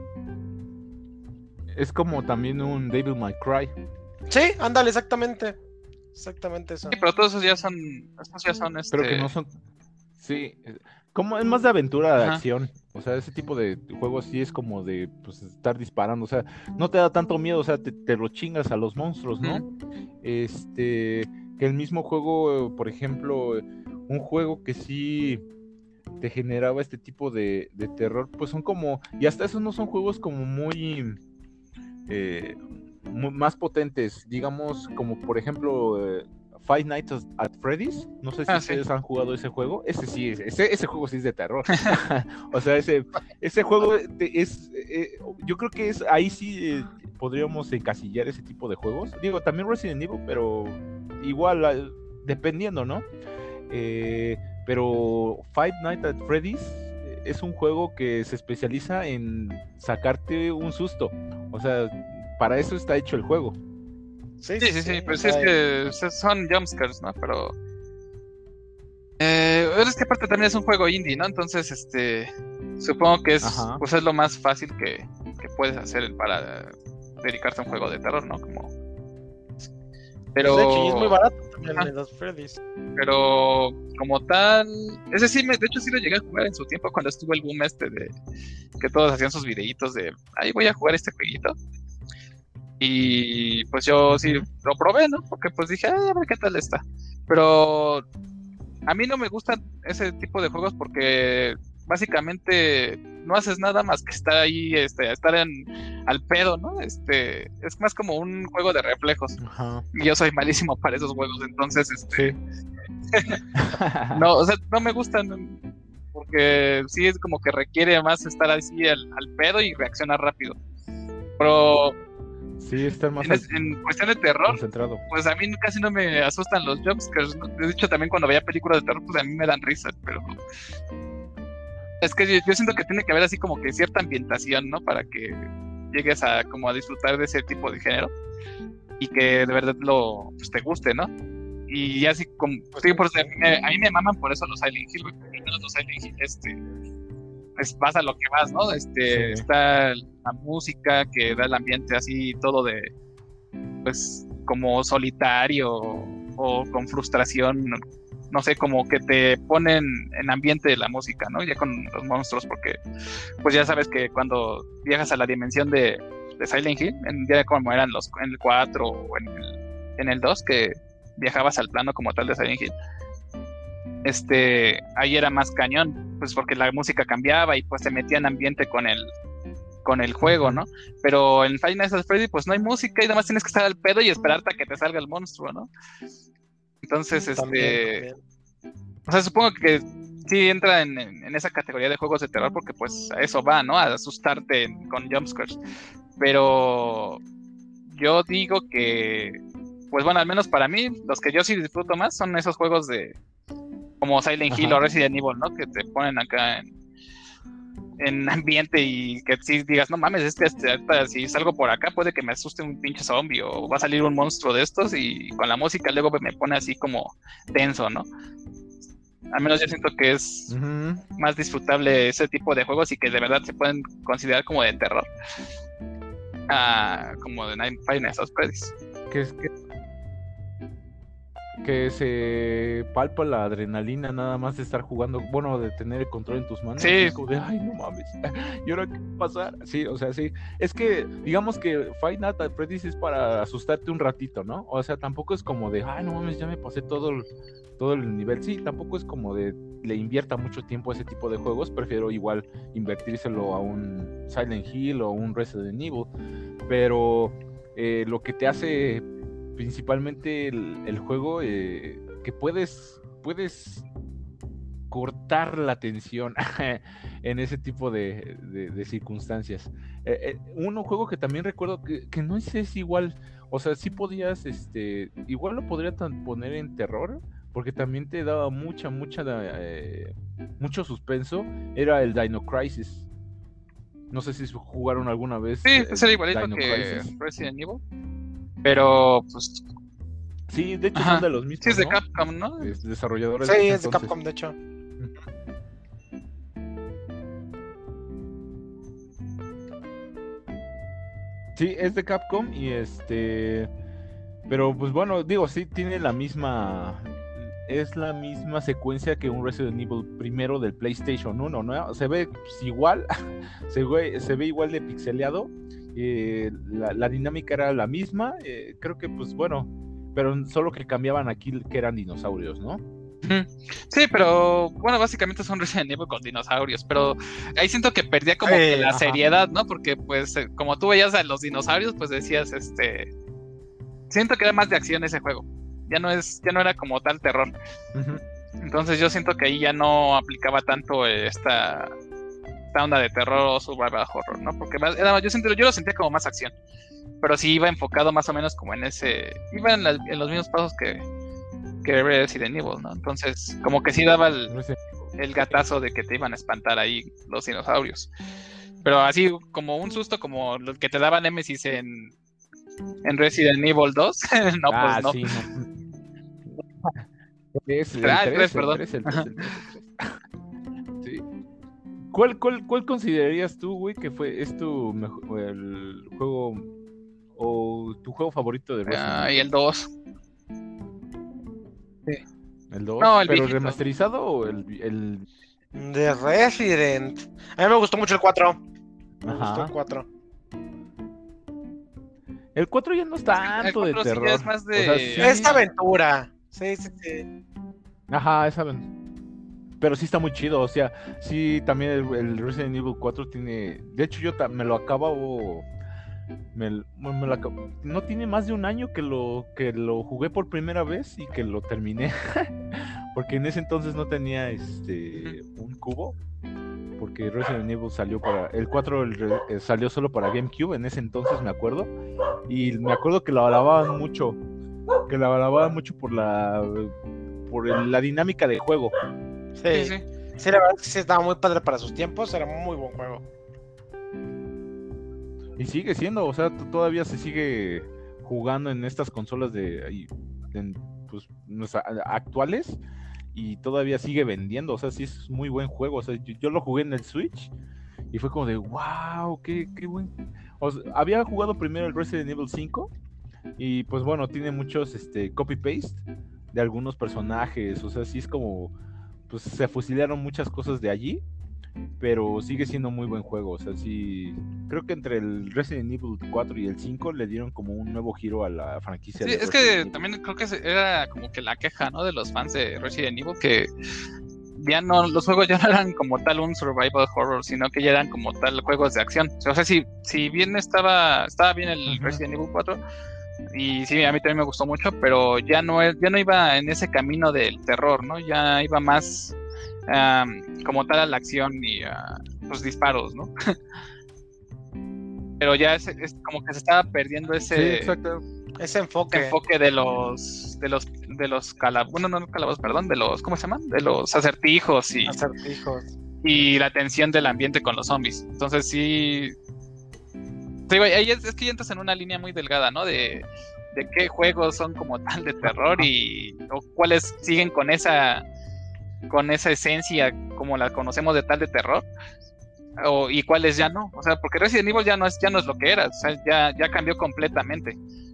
Es como también un Devil May Cry.
Sí, ándale, exactamente. Exactamente eso.
Sí, pero todos esos ya son, esos ya son este.
Pero que no son. Sí, eh, como es más de aventura, de
Ajá.
acción. O sea, ese tipo de juegos sí es como de pues, estar disparando. O sea, no te da tanto miedo. O sea, te, te lo chingas a los monstruos, ¿no? Este. Que el mismo juego, por ejemplo, un juego que sí te generaba este tipo de, de terror, pues son como. Y hasta esos no son juegos como muy. eh, mu- más potentes, digamos, como por ejemplo eh, Five Nights at Freddy's. No sé si
Ah, sí.
ustedes han jugado ese juego. Ese sí, es- ese, ese juego sí es de terror. O sea, ese, ese juego te- es, eh, yo creo que es ahí sí eh, podríamos encasillar ese tipo de juegos. Digo, también Resident Evil, pero igual, ah, dependiendo, ¿no? Eh, pero Five Nights at Freddy's eh, es un juego que se especializa en sacarte un susto. O sea, para eso está hecho el juego.
Sí, sí, sí, pues
o
es
sea,
que son jumpscares, ¿no? Pero. Eh, es que aparte también es un juego indie, ¿no? Entonces, este. Supongo que es,
Ajá.
pues es lo más fácil que, que puedes hacer para dedicarte a un juego de terror, ¿no? Como. Pero.
De hecho, y es muy barato también
Ajá.
en los Freddy's.
Pero como tal, ese sí, me, de hecho sí lo llegué a jugar en su tiempo cuando estuvo el boom este de que todos hacían sus videitos de, ay, voy a jugar este jueguito. Y pues yo sí
Ujú.
lo probé, ¿no? Porque pues dije, ay, a ver qué tal está. Pero a mí no me gustan ese tipo de juegos porque básicamente no haces nada más que estar ahí, este, estar en al pedo, ¿no? Este, es más como un juego de reflejos.
Ajá.
Y yo soy malísimo para esos juegos, entonces, este,
Sí.
no, o sea, no me gustan porque sí es como que requiere más estar así al, al pedo y reaccionar rápido. Pero
Sí, estar más
en, es- en cuestión de terror,
concentrado.
pues a mí casi no me asustan los jumpscares, ¿no? De hecho, también cuando veía películas de terror, pues a mí me dan risa, pero es que yo, yo siento que tiene que haber así como que cierta ambientación, ¿no? Para que llegues a como a disfrutar de ese tipo de género y que de verdad lo pues, te guste, ¿no? Y así como sí, por, a, mí me, a mí me maman por eso los Silent Hill, güey, porque al menos los Silent Hill, este, pues vas a lo que vas, ¿no? Este,
Sí.
está la música que da el ambiente así todo de, pues, como solitario o con frustración, no sé, como que te ponen en ambiente de la música, ¿no? Ya con los monstruos, porque pues ya sabes que cuando viajas a la dimensión de, de Silent Hill, en, ya como eran los en el cuatro o en el, en el dos, que viajabas al plano como tal de Silent Hill, este, ahí era más cañón, pues porque la música cambiaba y pues te metía en ambiente con el con el juego, ¿no? Pero en Five Nights at Freddy pues no hay música y nada más tienes que estar al pedo y esperarte a que te salga el monstruo, ¿no? Entonces, este,
También, también.
o sea, supongo que sí entra en, en, en esa categoría de juegos de terror porque pues a eso va, ¿no? A asustarte en- con jumpscares. Pero yo digo que, pues bueno, al menos para mí, los que yo sí disfruto más son esos juegos de como Silent Hill
Ajá.
o Resident Evil, ¿no? Que te ponen acá en, en ambiente y que sí digas, no mames, es que este, ahorita si salgo por acá puede que me asuste un pinche zombie o va a salir un monstruo de estos y con la música luego me pone así como tenso, ¿no? Al menos yo siento que es
Ujú.
más disfrutable ese tipo de juegos y que de verdad se pueden considerar como de terror. Ah, como de Nine Five Nights at Freddy's.
Que es que, que se palpa la adrenalina nada más de estar jugando, bueno, de tener el control en tus manos.
Sí.
Y es como de, ay, no mames, ¿y ahora qué va a pasar? Sí, o sea, sí. Es que, digamos que Five Nights at Freddy's es para asustarte un ratito, ¿no? O sea, tampoco es como de, ay, no mames, ya me pasé todo el, todo el nivel. Sí, tampoco es como de, le invierta mucho tiempo a ese tipo de juegos. Prefiero igual invertírselo a un Silent Hill o un Resident Evil. Pero eh, lo que te hace principalmente el, el juego, eh, que puedes, puedes cortar la tensión en ese tipo de, de, de circunstancias. Eh, eh, un juego que también recuerdo que, que no sé si igual, o sea, sí podías, este, igual lo podría tan poner en terror, porque también te daba mucha, mucha, eh, mucho suspenso, era el Dino Crisis. No sé si jugaron alguna vez.
Sí, pues era igualito
Dino
que
Crisis.
Resident Evil. Pero, pues.
Sí, de hecho
Ajá.
son de los mismos.
Sí, es de
¿no?
Capcom, ¿no?
Es desarrolladores.
Sí,
de
es de
entonces.
Capcom, de hecho.
Sí, es de Capcom y este. Pero pues bueno, digo, sí tiene la misma. Es la misma secuencia que un Resident Evil primero del PlayStation uno, ¿no? Se ve pues, igual, se ve, se ve igual de pixeleado. Eh, la, la dinámica era la misma. Eh, creo que, pues bueno, pero solo que cambiaban aquí que eran dinosaurios, ¿no?
Sí, pero bueno, básicamente son Resident Evil con dinosaurios, pero ahí siento que perdía como
Eh,
que la
ajá.
seriedad, ¿no? Porque pues eh, como tú veías a los dinosaurios, pues decías, este, siento que era más de acción ese juego, ya no es, ya no era como tal terror,
Uh-huh.
entonces yo siento que ahí ya no aplicaba tanto eh, esta, esta onda de terror o survival horror, ¿no? Porque más, era, yo, siento, yo lo sentía como más acción, pero sí iba enfocado más o menos como en ese, iba en, la, en los mismos pasos que que Resident Evil, ¿no? Entonces, como que sí daba el, el gatazo de que te iban a espantar ahí los dinosaurios. Pero así como un susto como el que te daba Nemesis en, en Resident Evil dos, no,
ah,
pues no.
Sí, no. Es el
Ah, el
tres,
tres,
el
perdón.
tres, el tres, el tres, el tres. Sí. ¿Cuál, cuál, ¿Cuál considerarías tú, güey, que fue es tu mejor, el juego o tu juego favorito de Resident
Ah,
Evil?
y el dos.
¿El dos?
No, el
¿Pero
viejito.
remasterizado o el, el...
De Resident. A mí me gustó mucho el cuatro. Me
Ajá.
gustó el cuatro.
El cuatro ya no es tanto
el
de
cuatro sí ya
terror.
es más de-
O sea, sí-
Es aventura. Sí, sí, sí.
Ajá, es aven- Pero sí está muy chido, o sea, sí, también el, el Resident Evil cuatro tiene... De hecho, yo ta- me lo acabo Me, me la, no tiene más de un año que lo, que lo jugué por primera vez y que lo terminé. Porque en ese entonces no tenía este un cubo. Porque Resident Evil salió para... El cuatro el, eh, salió solo para GameCube en ese entonces, me acuerdo. Y me acuerdo que lo alababan mucho. Que lo alababan mucho por la... Por el, la dinámica de juego.
Sí, sí. Sí, la verdad es que sí estaba muy padre para sus tiempos. Era un muy buen juego.
Y sigue siendo, o sea, t- todavía se sigue jugando en estas consolas de... de pues, actuales. Y todavía sigue vendiendo, o sea, sí es muy buen juego. O sea, yo, yo lo jugué en el Switch y fue como de wow, qué, qué buen. O sea, había jugado primero el Resident Evil cinco y pues bueno, tiene muchos este copy-paste de algunos personajes, o sea, sí es como pues se fusilaron muchas cosas de allí, pero sigue siendo muy buen juego. O sea, sí, creo que entre el Resident Evil cuatro y el cinco le dieron como un nuevo giro a la franquicia.
Sí,
de
es
Resident
que
Evil.
también creo que era como que la queja, ¿no? De los fans de Resident Evil, que ya no, los juegos ya no eran como tal un survival horror, sino que ya eran como tal juegos de acción. O sea, si, si bien estaba, estaba bien el
Ujú.
Resident Evil cuatro, y sí, a mí también me gustó mucho, pero ya no, ya no iba en ese camino del terror, ¿no? Ya iba más um, como tal a la acción y a los disparos, ¿no? Pero ya es, es como que se estaba perdiendo ese,
Sí, exacto.
Ese enfoque.
ese enfoque de los de los de los calabozos, bueno, no calabozos, perdón, de los, ¿cómo se llaman? De los acertijos y,
Acertijos.
y la tensión del ambiente con los zombies. Entonces sí, te digo, ahí es, es que ya entras en una línea muy delgada, ¿no? De, de qué juegos son como tal de terror y o cuáles siguen con esa con esa esencia como la conocemos de tal de terror. O, y cuáles ya no, o sea, porque Resident Evil ya no es, ya no es lo que era, o sea, ya, ya cambió completamente.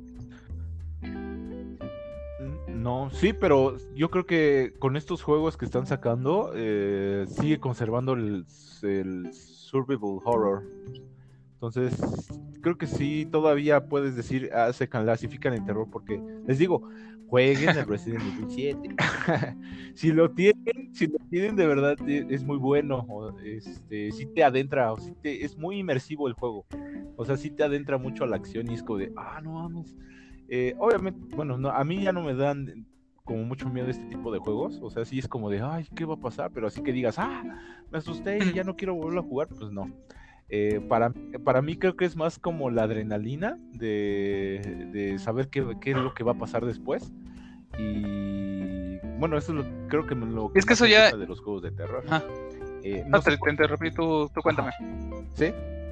No, sí, pero yo creo que con estos juegos que están sacando, eh, sigue conservando el, el survival horror. Entonces, creo que sí, todavía puedes decir, ah, se clasifican en terror, porque les digo, jueguen el Resident Evil siete. Si lo tienen, si lo tienen de verdad, e- es muy bueno. O, este, sí te adentra, o sí te, es muy inmersivo el juego. O sea, sí te adentra mucho a la acción y es como de, ah, no mames. Eh, obviamente, bueno, no, a mí ya no me dan como mucho miedo este tipo de juegos. O sea, sí es como de, ay, ¿qué va a pasar? Pero así que digas, ah, me asusté y ya no quiero volver a jugar, pues no. Eh, para, para mí creo que es más como la adrenalina de, de saber qué, qué es lo que va a pasar después. Y bueno, eso es lo, creo que me lo
Es que
más
eso
me
ya-
gusta de los juegos de terror.
Ajá.
Eh,
No,
no sé
te, te interrumpí, tú, tú cuéntame.
¿Sí?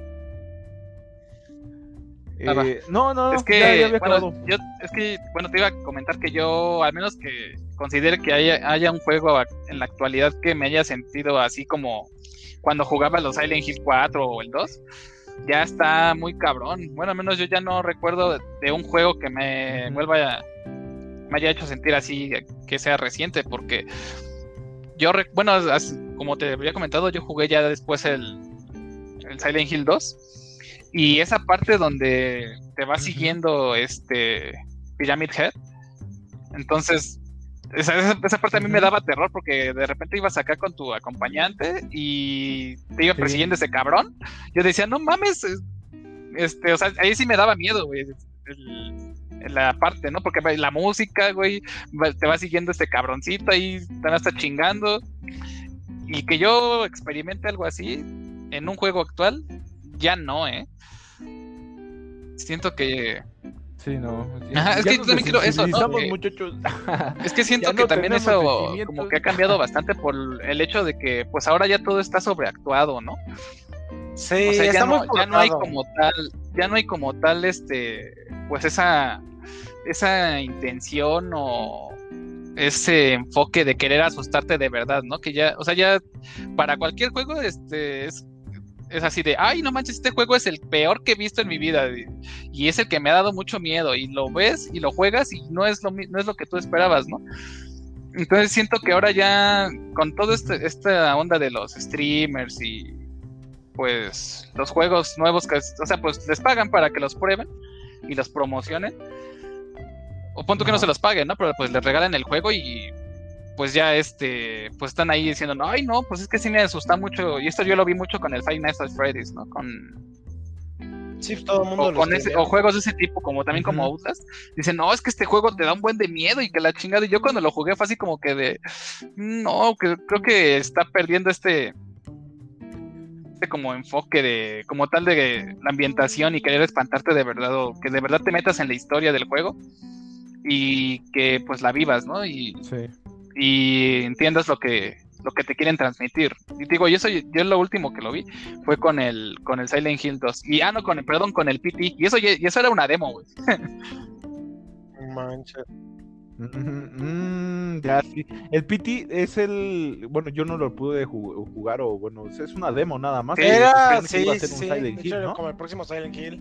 Ah, va.
Eh, no, no,
Es que,
ya, ya había
bueno,
acabado.
yo, es que, bueno, te iba a comentar que yo, al menos que considere que haya, haya un juego a- en la actualidad que me haya sentido así como cuando jugaba los Silent Hill cuatro o el dos, ya está muy cabrón. Bueno, al menos yo ya no recuerdo de un juego que me
Ujú.
vuelva a, me haya hecho sentir así, que sea reciente, porque yo, re- bueno, as- como te había comentado, yo jugué ya después el, el Silent Hill dos. Y esa parte donde te va
Ujú.
siguiendo este Pyramid Head, entonces esa, esa, esa parte a mí me
Ujú.
daba terror porque de repente ibas acá con tu acompañante y te iba
Sí.
persiguiendo ese cabrón. Yo decía, no mames, es- este, o sea, ahí sí me daba miedo, güey, el- la parte, ¿no? Porque la música, güey, va- te va siguiendo este cabroncito ahí, te va a estar chingando. Y que yo experimente algo así en un juego actual, ya no, ¿eh? Siento que
Sí, no.
Ajá, es
Ya
que
nos
yo también quiero eso, ¿no?
desensibilizamos,
Que-
muchachos.
es que siento
Ya
que
no
también
tenemos
eso
sentimientos.
como que ha cambiado bastante por el hecho de que pues ahora ya todo está sobreactuado, ¿no?
Sí,
O sea, ya
está
no,
muy
ya no hay
forzado.
como tal, ya no hay como tal este, pues esa, esa intención o ese enfoque de querer asustarte de verdad, ¿no? Que ya, o sea, ya para cualquier juego este es, es así de, ay, no manches, este juego es el peor que he visto en mi vida y, y es el que me ha dado mucho miedo y lo ves y lo juegas y no es lo mi- no es lo que tú esperabas, ¿no? Entonces siento que ahora ya con toda este, esta onda de los streamers y pues los juegos nuevos que, o sea, pues les pagan para que los prueben y los promocionen. O punto que no
Ajá.
se los paguen, ¿no? Pero pues les regalan el juego y pues ya este, pues están ahí diciendo, no, ay no, pues es que sí me asusta mucho. Y esto yo lo vi mucho con el Five Nights at Freddy's, ¿no? Con
Sí, todo el mundo
o,
lo
con ese, o juegos de ese tipo, como también
uh-huh.
como Outlast, dicen, no, es que este juego te da un buen de miedo y que la chingada, y yo cuando lo jugué fue así como que de, no, que creo que está perdiendo este, este como enfoque de, como tal de la ambientación y querer espantarte de verdad, o que de verdad te metas en la historia del juego y que pues la vivas, ¿no? Y,
sí.
y entiendas lo que lo que te quieren transmitir. Y digo, yo soy yo lo último que lo vi fue con el con el Silent Hill dos. Y ah no, con el perdón, con el P T. Y eso y eso era una demo, güey.
Mancha.
Mm, ya sí. El P T es el, bueno, yo no lo pude jugar o bueno, es una demo nada más.
Era, sí,
iba a ser
sí,
un
sí.
Silent
De
Hill,
hecho,
¿no?
como el próximo Silent Hill.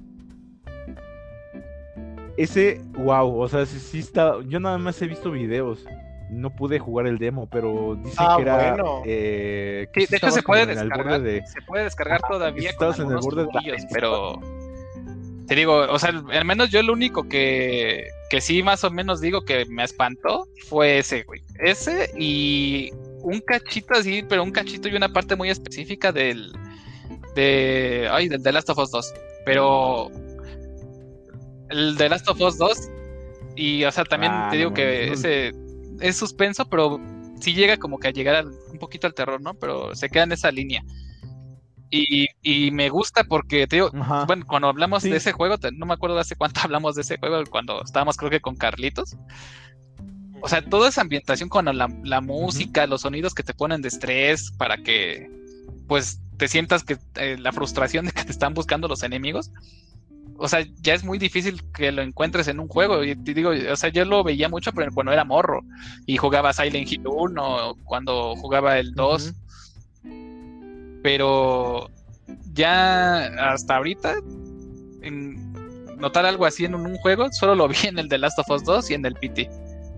Ese, wow, o sea, sí, sí está, yo nada más he visto videos. No pude jugar el demo, pero dicen
ah,
que era.
Bueno.
Eh, que
sí,
sí
de hecho se puede descargar.
De...
Se puede descargar todavía
Ajá,
con
en el
algunos
borde
truquillos,
de la...
pero te digo, o sea, al menos yo el único que, que sí más o menos digo que me espantó fue ese, güey. Ese y un cachito así, pero un cachito y una parte muy específica del de ay, del The Last of Us dos. Pero el The Last of Us dos y o sea, también
ah,
te digo
no,
que
no,
ese es suspenso, pero sí llega como que a llegar al, un poquito al terror, ¿no? Pero se queda en esa línea. Y, y me gusta porque, te digo,
Ajá.
bueno, cuando hablamos
sí.
de ese juego, no me acuerdo de hace cuánto hablamos de ese juego, cuando estábamos creo que con Carlitos. O sea, toda esa ambientación con la, la música, uh-huh. los sonidos que te ponen de estrés para que, pues, te sientas que eh, la frustración de que te están buscando los enemigos. O sea, ya es muy difícil que lo encuentres en un juego. Y te digo, o sea, yo lo veía mucho pero cuando era morro y jugaba Silent Hill uno, cuando jugaba el dos. Uh-huh. Pero ya hasta ahorita, en notar algo así en un, un juego, solo lo vi en el The Last of Us dos y en el P T.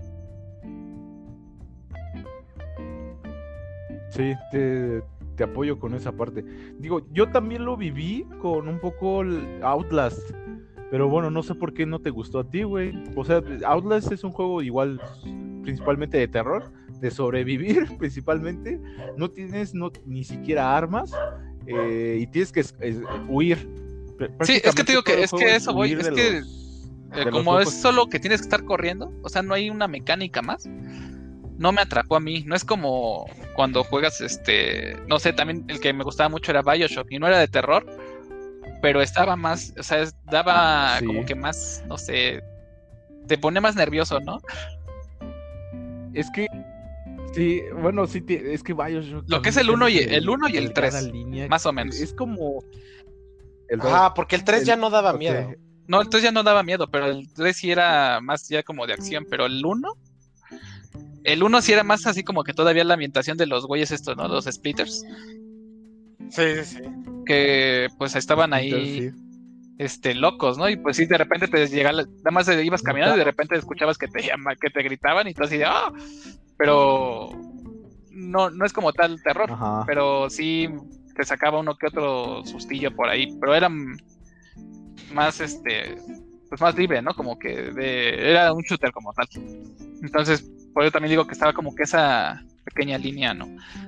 Sí, te, te apoyo con esa parte. Digo, yo también lo viví con un poco el Outlast, pero bueno, no sé por qué no te gustó a ti, güey. O sea, Outlast es un juego igual, principalmente de terror, de sobrevivir principalmente. No tienes no, ni siquiera armas eh, y tienes que eh, huir.
Sí, es que te digo que es que eso voy, es que los, eh, como es solo que tienes que estar corriendo, o sea, no hay una mecánica más. No me atrapó a mí, no es como cuando juegas este, no sé, también el que me gustaba mucho era BioShock y no era de terror, pero estaba más, o sea, daba sí. como que más, no sé, te pone más nervioso, ¿no?
Es que sí, bueno, sí, es que BioShock
lo que es el uno y el uno y el tres, más o menos.
Es como
el ah, porque el tres el, ya no daba okay. miedo.
No, el tres ya no daba miedo, pero el tres sí era más ya como de acción, pero el uno El uno sí era más así como que todavía la ambientación de los güeyes estos, ¿no? Los splitters.
Sí, sí, sí.
Que pues estaban ahí sí. este, locos, ¿no? Y pues sí, de repente te llegaba, nada más ibas caminando y de repente escuchabas que te llama, que te gritaban y tú así de ¡ah! ¡Oh! Pero no, no es como tal terror. Ajá. Pero sí te sacaba uno que otro sustillo por ahí. Pero eran más este pues más libre, ¿no? Como que de, era un shooter como tal. Entonces, por eso también digo que estaba como que esa pequeña línea, ¿no?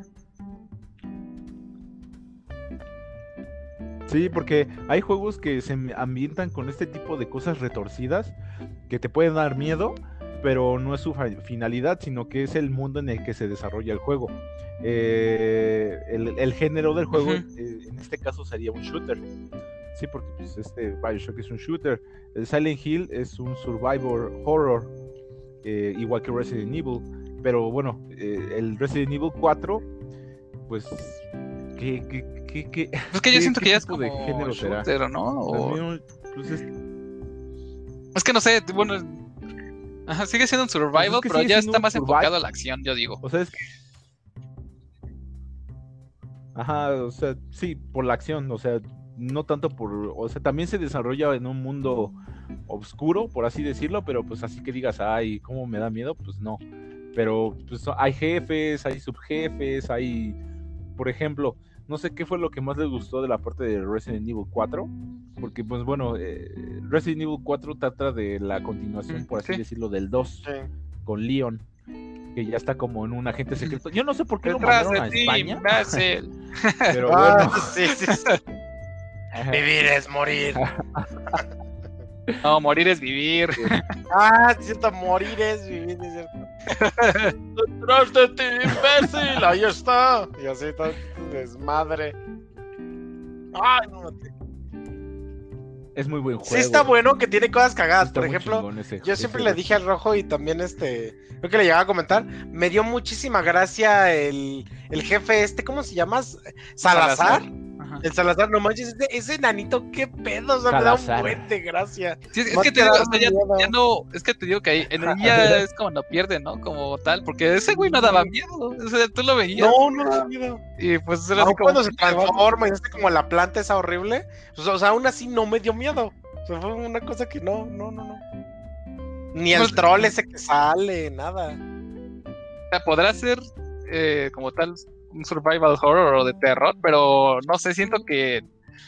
Sí, porque hay juegos que se ambientan con este tipo de cosas retorcidas que te pueden dar miedo, pero no es su finalidad, sino que es el mundo en el que se desarrolla el juego. Eh, el, el género del juego, uh-huh. eh, en este caso sería un shooter. Sí, porque pues, este BioShock es un shooter. El Silent Hill es un survivor horror, eh, igual que Resident Evil. Pero bueno, eh, el Resident Evil cuatro, pues, ¿qué, qué, qué, qué
Es que yo
¿qué,
siento
qué
que ya es
tipo
como
de género
shooter,
será?
¿no? O...
También, pues, es...
es que no sé, bueno, ajá, sigue siendo un survival, pues es que pero ya está más survival. enfocado a la acción, yo digo.
O sea, es que... Ajá, o sea, sí, por la acción, o sea... no tanto por, o sea, también se desarrolla en un mundo oscuro, por así decirlo, pero pues así que digas, ay, ¿cómo me da miedo? Pues no, pero pues hay jefes, hay subjefes, hay, por ejemplo, no sé qué fue lo que más les gustó de la parte de Resident Evil cuatro, porque pues bueno, eh, Resident Evil cuatro trata de la continuación, por así sí. decirlo, del dos, sí. con Leon, que ya está como en un agente secreto. Yo no sé por qué lo mandaron a España, pero
ah,
bueno.
Sí, sí, sí. Vivir es morir.
No, morir es vivir.
Ah, es cierto, morir es vivir, es cierto. Detrás de ti, imbécil, ahí está. Y así todo desmadre. Ay, no mate.
Es muy buen juego.
Sí está bueno, que tiene cosas cagadas.
Está
Por
muy
ejemplo,
chingón ese-
yo siempre
ese-
le dije al Rojo y también este, creo que le llegaba a comentar, me dio muchísima gracia el, el jefe este, ¿cómo se llama? Salazar.
Ajá.
El Salazar, no manches, ese, ese nanito, qué pedo, o sea, me da un
Salazar.
buen de gracia.
Sí, es
Más
que te
que
digo, o
darme
sea, ya,
miedo.
ya no, es que te digo que ahí, en el ya es como no pierde, ¿no? Como tal, porque ese güey no daba miedo, o sea, tú lo veías
No, no da miedo.
y pues era
Aun
así como
cuando se transforma y hace como la planta esa horrible, pues, o sea, aún así no me dio miedo. O sea, fue una cosa que no, no, no, no. Ni el
Pues-
troll ese que sale, nada.
O sea, podrá ser eh, como tal un survival horror o de terror, pero no sé, siento que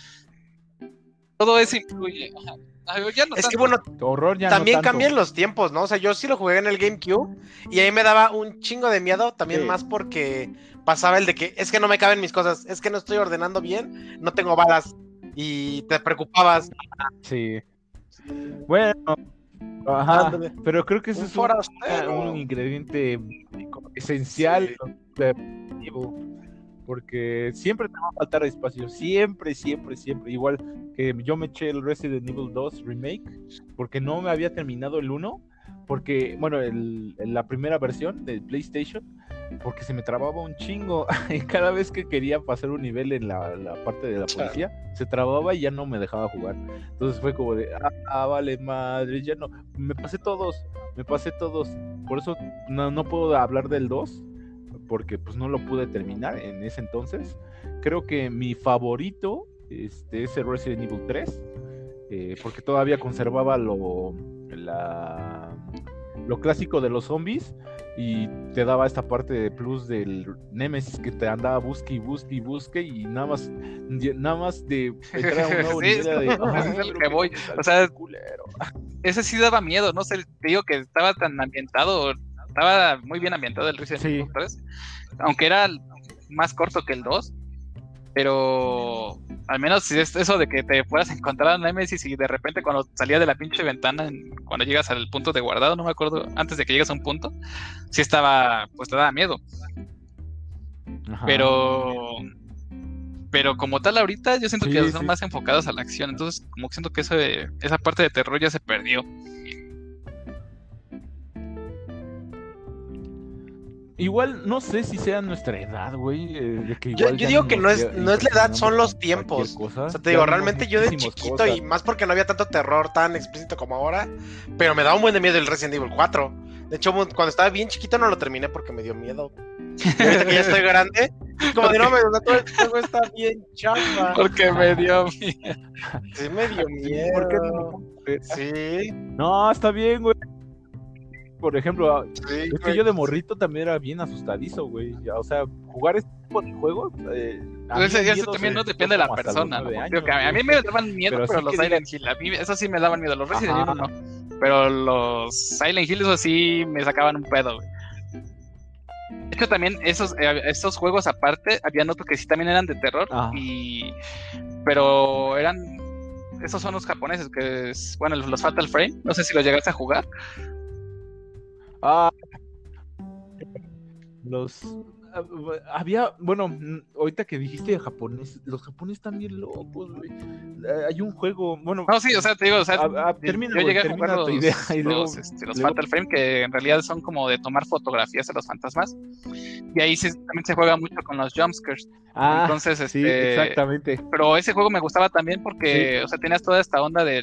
todo eso influye. Ajá. Ah, ya no
Es
tanto.
que bueno,
Horror ya
también
no tanto.
cambian los tiempos, ¿no? O sea, yo sí lo jugué en el GameCube y ahí me daba un chingo de miedo, también
Sí.
más porque pasaba el de que es que no me caben mis cosas, es que no estoy ordenando bien, no tengo balas y te preocupabas.
Sí. Bueno, ajá,
Ándale.
pero creo que ese
Un
es un,
forastero.
un ingrediente como esencial de Evo, porque siempre te va a faltar espacio, siempre, siempre, siempre. Igual que yo me eché el Resident Evil dos Remake, porque no me había terminado el uno, porque, bueno, el, el- la primera versión del PlayStation, porque se me trababa un chingo, y cada vez que quería pasar un nivel en la, la parte de la policía, se trababa y ya no me dejaba jugar. Entonces fue como de, ah, ah, vale, madre, ya no. Me pasé todos, me pasé todos. Por eso no, no puedo hablar del dos, porque pues no lo pude terminar en ese entonces. Creo que mi favorito este, es el Resident Evil tres, eh, porque todavía conservaba lo, la, lo clásico de los zombies y te daba esta parte de plus del Nemesis que te andaba busque y busque y busque y nada más, nada más de entrar a un nuevo
Sí,
nivel
es
era de,
como-
"Ay,
es el
pero
que
que
voy".
no me salga
O sea,
este culero".
Ese sí daba miedo, no sé, te digo que estaba tan ambientado, estaba muy bien ambientado el Resident
Sí.
Evil tres, aunque era más corto que el dos, pero al menos si es eso de que te puedas encontrar a Nemesis y de repente cuando salía de la pinche ventana, en- cuando llegas al punto de guardado, no me acuerdo, antes de que llegas a un punto, sí estaba, pues te daba miedo,
Ajá.
pero pero como tal ahorita yo siento
Sí,
que son
sí.
más enfocados a la acción, entonces como que siento que eso de- esa parte de terror ya se perdió.
Igual no sé si sea nuestra edad, güey. eh, de que
Yo,
igual
yo
ya
digo que
nos
no es,
ya
no es la edad, son
impresionamos
los
con
tiempos.
cualquier cosa.
O sea, te
Ya
digo,
vimos
realmente yo de
muchísimas
chiquito
cosas.
y más porque no había tanto terror tan explícito como ahora, pero me daba un buen de miedo el Resident Evil cuatro. De hecho, cuando estaba bien chiquito no lo terminé porque me dio miedo. Y ahorita que ya estoy grande, es como de no, me todo el juego está bien chafa.
Porque me dio miedo.
Sí, me dio miedo.
¿Por qué no?
Sí,
No, está bien, güey. Por ejemplo,
sí.
es que
güey.
yo de morrito también era bien asustadizo, güey. Ya, o sea, jugar este tipo de juegos. Eh, a mí
Pues
el
eso
miedo
también
se
no
quitó
depende de la
como hasta los
persona, ¿no?
nueve
Digo
años,
que a, a mí
güey.
me daban miedo,
Pero
pero,
sí
los
que
Silent
digas-
Hill, a mí eso sí me daban miedo, los Resident
Ajá.
Evil no, pero los Silent Hill eso sí me sacaban un pedo, güey. De hecho también esos, eh, esos juegos aparte, habían otros que sí también eran de terror,
Ajá.
y pero eran, esos son los japoneses, que es, bueno, los Fatal Frame, no sé si los llegaste a jugar.
Ah, los ah, había, bueno, mm, ahorita que dijiste japonés, los japoneses están bien locos, güey. Eh, Hay un juego, bueno,
No, sí, o sea, te digo, o sea,
ah, ah, termina,
yo
güey,
llegué a
termina
jugar
tu
los,
idea y luego-
los, este, los
luego-
Fatal Frame, que en realidad son como de tomar fotografías de los fantasmas, y ahí sí, también se juega mucho con los jumpscares.
Ah,
Entonces,
sí,
este,
exactamente.
pero ese juego me gustaba también porque, o sea, tenías toda esta onda del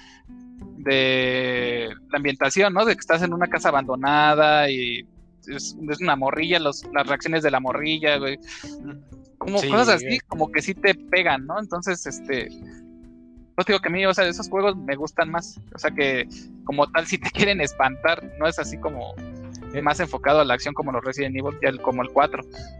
de la ambientación, ¿no? De que estás en una casa abandonada y es, es una morrilla, los, las reacciones de la morrilla, güey. Como
Sí,
cosas así,
güey.
como que sí te pegan, ¿no? Entonces, este, pues digo que a mí, o sea, esos juegos me gustan más. O sea que como tal, si te quieren espantar, no es así como más enfocado a la acción como los Resident Evil, ya el- como el cuatro.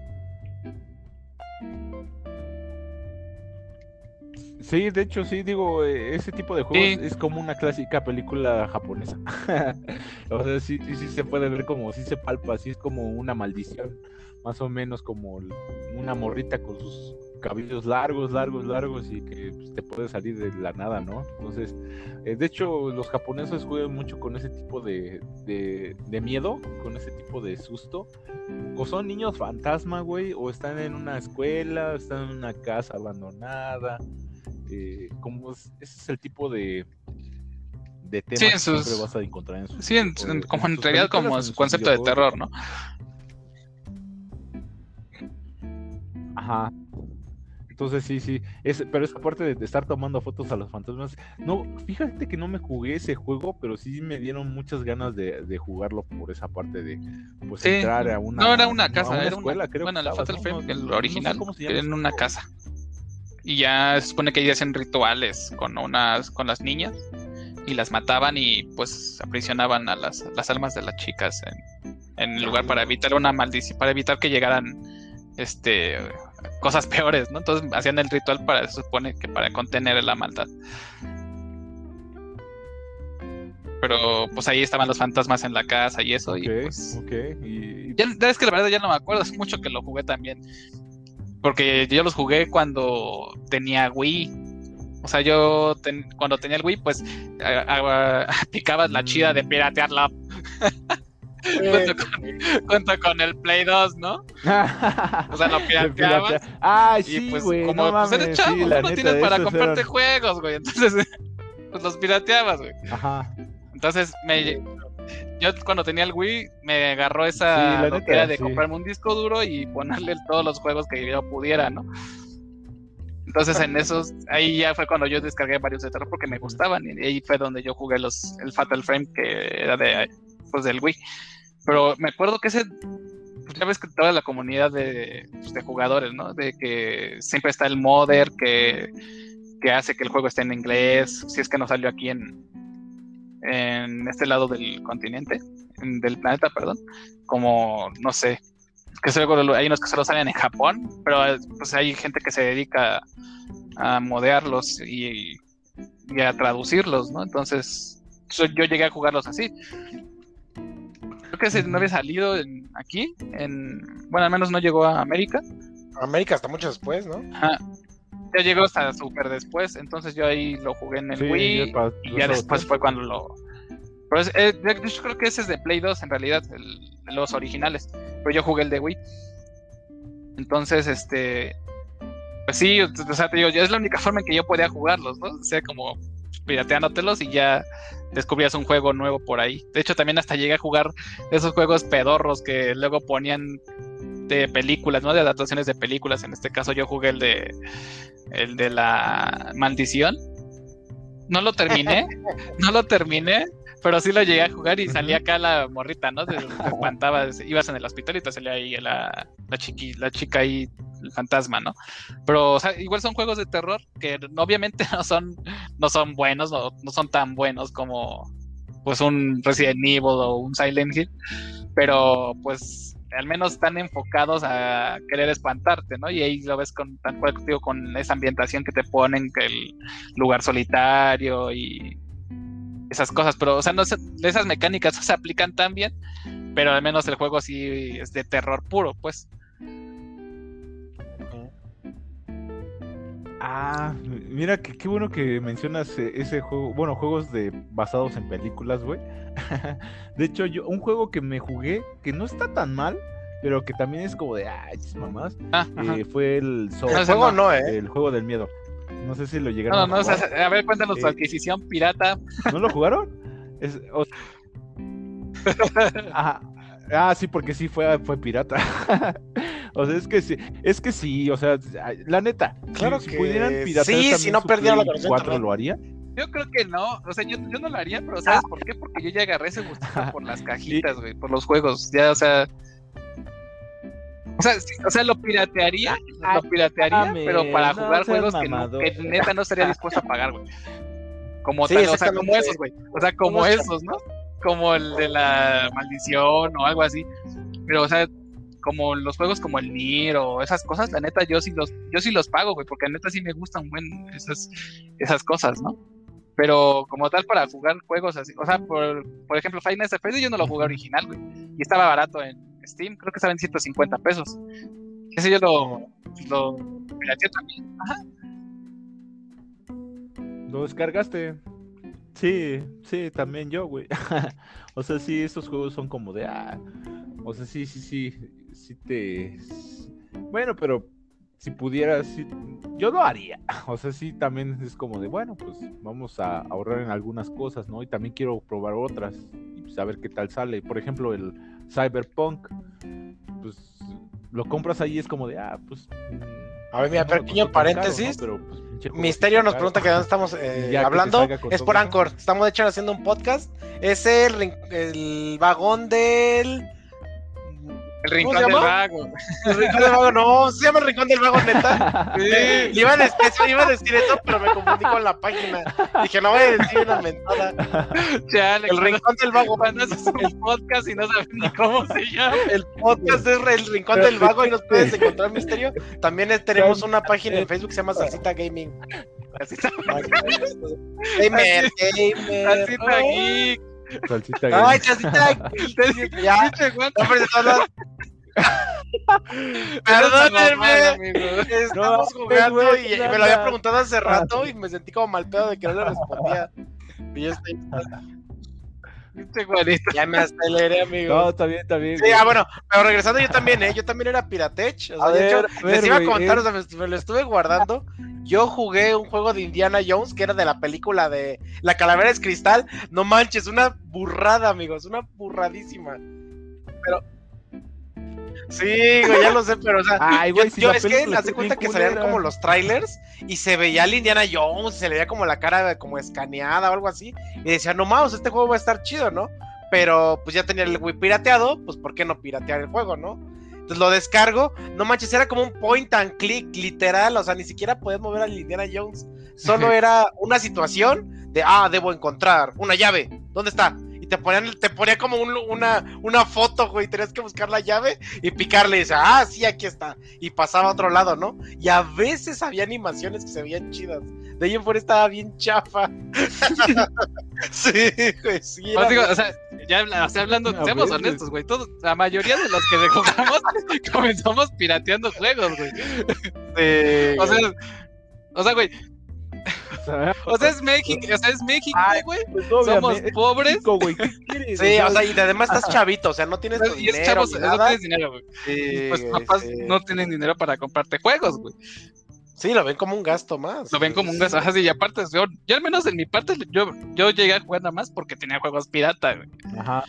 Sí, de hecho, sí, digo, eh, ese tipo de juegos
Sí.
es como una clásica película japonesa. O sea, sí, sí, sí se puede ver como, sí se palpa, sí es como una maldición, más o menos como el- una morrita con sus cabellos largos, largos, largos y que pues, te puede salir de la nada, ¿no? Entonces, eh, de hecho, los japoneses juegan mucho con ese tipo de, de, de miedo, con ese tipo de susto. O son niños fantasma, güey, o están en una escuela, están en una casa abandonada. Eh, como es, ese es el tipo de, de temas
Sí, en
que
sus-
siempre vas a encontrar en sus
Sí, en-
videojuegos,
en- como en
sus
realidad
películas,
como
en
su
sus
concepto de
videojuegos.
terror, ¿no?
Ajá. Entonces sí, sí, es, pero esa parte de, de estar tomando fotos a los fantasmas, no, fíjate que no me jugué ese juego, pero sí me dieron muchas ganas de, de jugarlo por esa parte de, pues,
Sí,
entrar a una,
no era una
no, a
casa,
una
era una,
escuela, creo
bueno,
que
la
estabas,
Fatal
¿no?
Frame,
No,
el
no sé
original,
cómo se
era
llama
en
ese
una
juego.
casa. Y ya se supone que ahí hacían rituales con unas, con las niñas y las mataban y pues aprisionaban a las, las almas de las chicas en, en el lugar para evitar una maldición, para evitar que llegaran este cosas peores, ¿no? Entonces hacían el ritual para, se supone que para contener la maldad. Pero pues ahí estaban los fantasmas en la casa y eso,
Ok,
y pues
ok, y...
ya, ya es que la verdad ya no me acuerdo, es mucho que lo jugué también. Porque yo los jugué cuando tenía Wii. O sea, yo ten- cuando tenía el Wii, pues a- a- picabas la chida de
Mm.
piratearla junto, con, junto con el Play dos, ¿no? O sea, lo
De
pirateabas.
pirata- Ay,
Y
sí,
pues,
güey,
como
no
pues eres
mames,
chavo,
sí,
¿no?
la
No
neta,
tienes para
esos
comprarte
eran-
juegos, güey. Entonces, pues los pirateabas, güey.
Ajá,
Entonces, me, yo cuando tenía el Wii, me agarró
sí,
esa
la
loquera
neta,
de
sí.
comprarme un disco duro y ponerle todos los juegos que yo pudiera, ¿no? Entonces en esos, ahí ya fue cuando yo descargué varios de terror porque me gustaban y ahí fue donde yo jugué los, el Fatal Frame que era de, pues, del Wii. Pero me acuerdo que ese, pues ya ves que toda la comunidad de, pues, de jugadores, ¿no? De que siempre está el modder que, que hace que el juego esté en inglés, si es que no salió aquí en, en este lado del continente, en- del planeta, perdón, como, no sé, que luego hay unos que solo salen en Japón, pero pues hay gente que se dedica a modearlos y, y a traducirlos, ¿no? Entonces, yo, yo llegué a jugarlos así. Creo que ese no había salido en, aquí, en, bueno, al menos no llegó a América.
América hasta mucho después, ¿no?
Ajá. Ya llegó hasta súper después, entonces yo ahí lo jugué en el
Sí,
Wii
ya pa-
y
pasó
ya después
tiempo.
fue cuando lo... Pero es- eh, yo creo que ese es de Play dos en realidad, el- los originales, pero yo jugué el de Wii. Entonces, este... Pues sí, o sea, te digo, ya es la única forma en que yo podía jugarlos, ¿no? O sea, como pirateándotelos y ya descubrías un juego nuevo por ahí. De hecho, también hasta llegué a jugar esos juegos pedorros que luego ponían de películas, ¿no? De adaptaciones de películas. En este caso yo jugué el de el de la maldición. No lo terminé, no lo terminé, pero sí lo llegué a jugar y salía acá la morrita, ¿no? Te, te espantabas, ibas en el hospital y te salía ahí la, la, chiqui, la chica ahí, el fantasma, ¿no? Pero, o sea, igual son juegos de terror que obviamente no son, no son buenos, no, no son tan buenos como pues un Resident Evil o un Silent Hill, pero pues al menos están enfocados a querer espantarte, ¿no? Y ahí lo ves con tan digo, con esa ambientación que te ponen, que el lugar solitario y esas cosas, pero o sea, no se, esas mecánicas no se aplican tan bien, pero al menos el juego sí es de terror puro, pues.
Ah, mira, que qué bueno que mencionas eh, ese juego, bueno, juegos de basados en películas, güey. De hecho, yo, un juego que me jugué, que no está tan mal, pero que también es como de, ay, chis mamás,
Ah, ajá.
eh, fue el Saw,
El
ese
juego
no.
no, ¿eh?
el juego del miedo. No sé si lo llegaron
No, no,
a
no, o
jugar.
sea, a ver, cuéntanos tu
Eh,
adquisición pirata.
¿No lo jugaron? Es, o- Ajá. Ah, sí, porque sí fue, fue pirata. O sea, es que sí, es que sí, o sea, la neta,
Claro
si, si
que
pudieran piratear
sí,
también
si no
su
perdieran la
Play
conexión a
cuatro,
internet.
¿lo harían?
Yo creo que no, o sea, yo, yo no lo haría, pero ¿sabes por qué? Porque yo ya agarré ese gustito por las cajitas, güey, por los juegos, ya, o sea... O sea, sí, o sea, lo piratearía, lo piratearía,
Mame,
pero para
no
jugar
seas
juegos que, no,
mamador.
que neta no estaría dispuesto a pagar, güey. Como
Sí,
tal, o sea,
exactamente.
como esos, güey. O sea, como
Unos
esos, ¿no? Como el de la maldición o algo así. Pero, o sea, como los juegos como el Nier o esas cosas, la neta, yo sí los, yo sí los pago, güey, porque la neta sí me gustan, buen esas, esas cosas, ¿no? Pero como tal, para jugar juegos así, o sea, por, por ejemplo, Five Nights at Freddy's yo no lo jugué original, güey. Y estaba barato en Steam, creo que estaba en ciento cincuenta pesos. Ese yo lo, lo pirateé también. Ajá.
¿Lo descargaste? Sí, sí, también yo, güey. O sea, sí, estos juegos son como de... Ah, o sea, sí, sí, sí, sí te... Bueno, pero si pudieras, sí, yo lo haría. O sea, sí, también es como de, bueno, pues vamos a ahorrar en algunas cosas, ¿no? Y también quiero probar otras y saber qué tal sale. Por ejemplo, el Cyberpunk, pues lo compras ahí, es como de, ah, pues...
A ver, mira,
no me
pequeño
costó tan caro,
paréntesis.
¿no? Pero, pues, pinche juego
Misterio
sí
nos
está
pregunta que
caro.
dónde estamos eh,
Y ya que te
hablando.
salga con
Es
todo
por
eso.
Anchor. Estamos de hecho haciendo un podcast. Es el, rin- el vagón del...
El
¿Cómo
rincón
se
del
llama?
vago.
El rincón del vago, no, se llama el rincón del vago, neta.
Sí.
Le iba a decir eso, iba a decir eso, pero me confundí con la página. Dije, no voy a decir una mentada.
Chale,
El rincón del vago.
cuando haces un podcast y no sabes ni cómo se llama.
El podcast es el rincón del vago y nos puedes encontrar, Misterio. También es- tenemos una página en Facebook que se llama Salsita Gaming.
Así está.
Gamer, gamer.
Salsita
Ay,
geek.
Salsita
Ay,
Geek.
Salsita Geek. Ya,
Pinche guante.
nombres de todas las-
Eres una
Perdónenme.
mamada, amigo.
Estamos
No,
jugando
güey,
y me
nada.
lo había preguntado hace rato y me sentí como mal pedo de que no le respondía. Y ya estoy.
Pinche guarito.
Ya me aceleré, amigo.
No, está bien, está bien.
Sí,
güey.
ah, bueno, pero regresando yo también, ¿eh? Yo también era Piratech. O sea,
A
de
ver,
hecho,
a ver,
les iba
güey,
a comentar,
eh.
o sea, me, me lo estuve guardando. Yo jugué un juego de Indiana Jones que era de la película de La Calavera es Cristal. No manches, una burrada, amigos, una burradísima. Pero. Sí, güey, ya lo sé, pero o sea,
Ay,
yo,
güey, si
yo-
la
es que
película
hace
está
cuenta
bien
que salían
culera.
como los trailers y se veía el Indiana Jones, se le veía como la cara como escaneada o algo así, y decía, no mames, este juego va a estar chido, ¿no? Pero pues ya tenía el Wii pirateado, pues ¿por qué no piratear el juego, no? Entonces lo descargo, no manches, era como un point and click, literal, o sea, ni siquiera podías mover al Indiana Jones, solo era una situación de, ah, debo encontrar una llave, ¿dónde está? Y te ponían, te ponía como un- una, una foto, güey, tenías que buscar la llave y picarle y decía, ah, sí, aquí está, y pasaba a otro lado, ¿no? Y a veces había animaciones que se veían chidas, de ahí en fuera estaba bien chafa. Sí, güey, sí.
Os
era
digo,
bien-
o sea, ya habla- o sea, hablando,
A
seamos
veces.
honestos, güey. Todos, la mayoría de los que jugamos comenzamos pirateando juegos, güey.
Sí,
O sea,
güey.
o sea, güey,
O sea,
o sea, es México, o sea, es México,
Ay,
güey.
pues,
Somos
obviamente, es
pobres.
México, güey, ¿qué quieres?
Sí, o sea, y además estás chavito, o sea, no tienes tu
Y es
dinero
chavos,
ni
no
nada.
tienes dinero, güey.
Sí,
Pues
güey,
papás
sí.
no tienen dinero para comprarte juegos, güey.
Sí, lo ven como un gasto más.
Lo ven como un gasto. Ajá, sí, y aparte, yo, yo al menos en mi parte, yo, yo llegué a jugar nada más porque tenía juegos pirata, güey.
Ajá.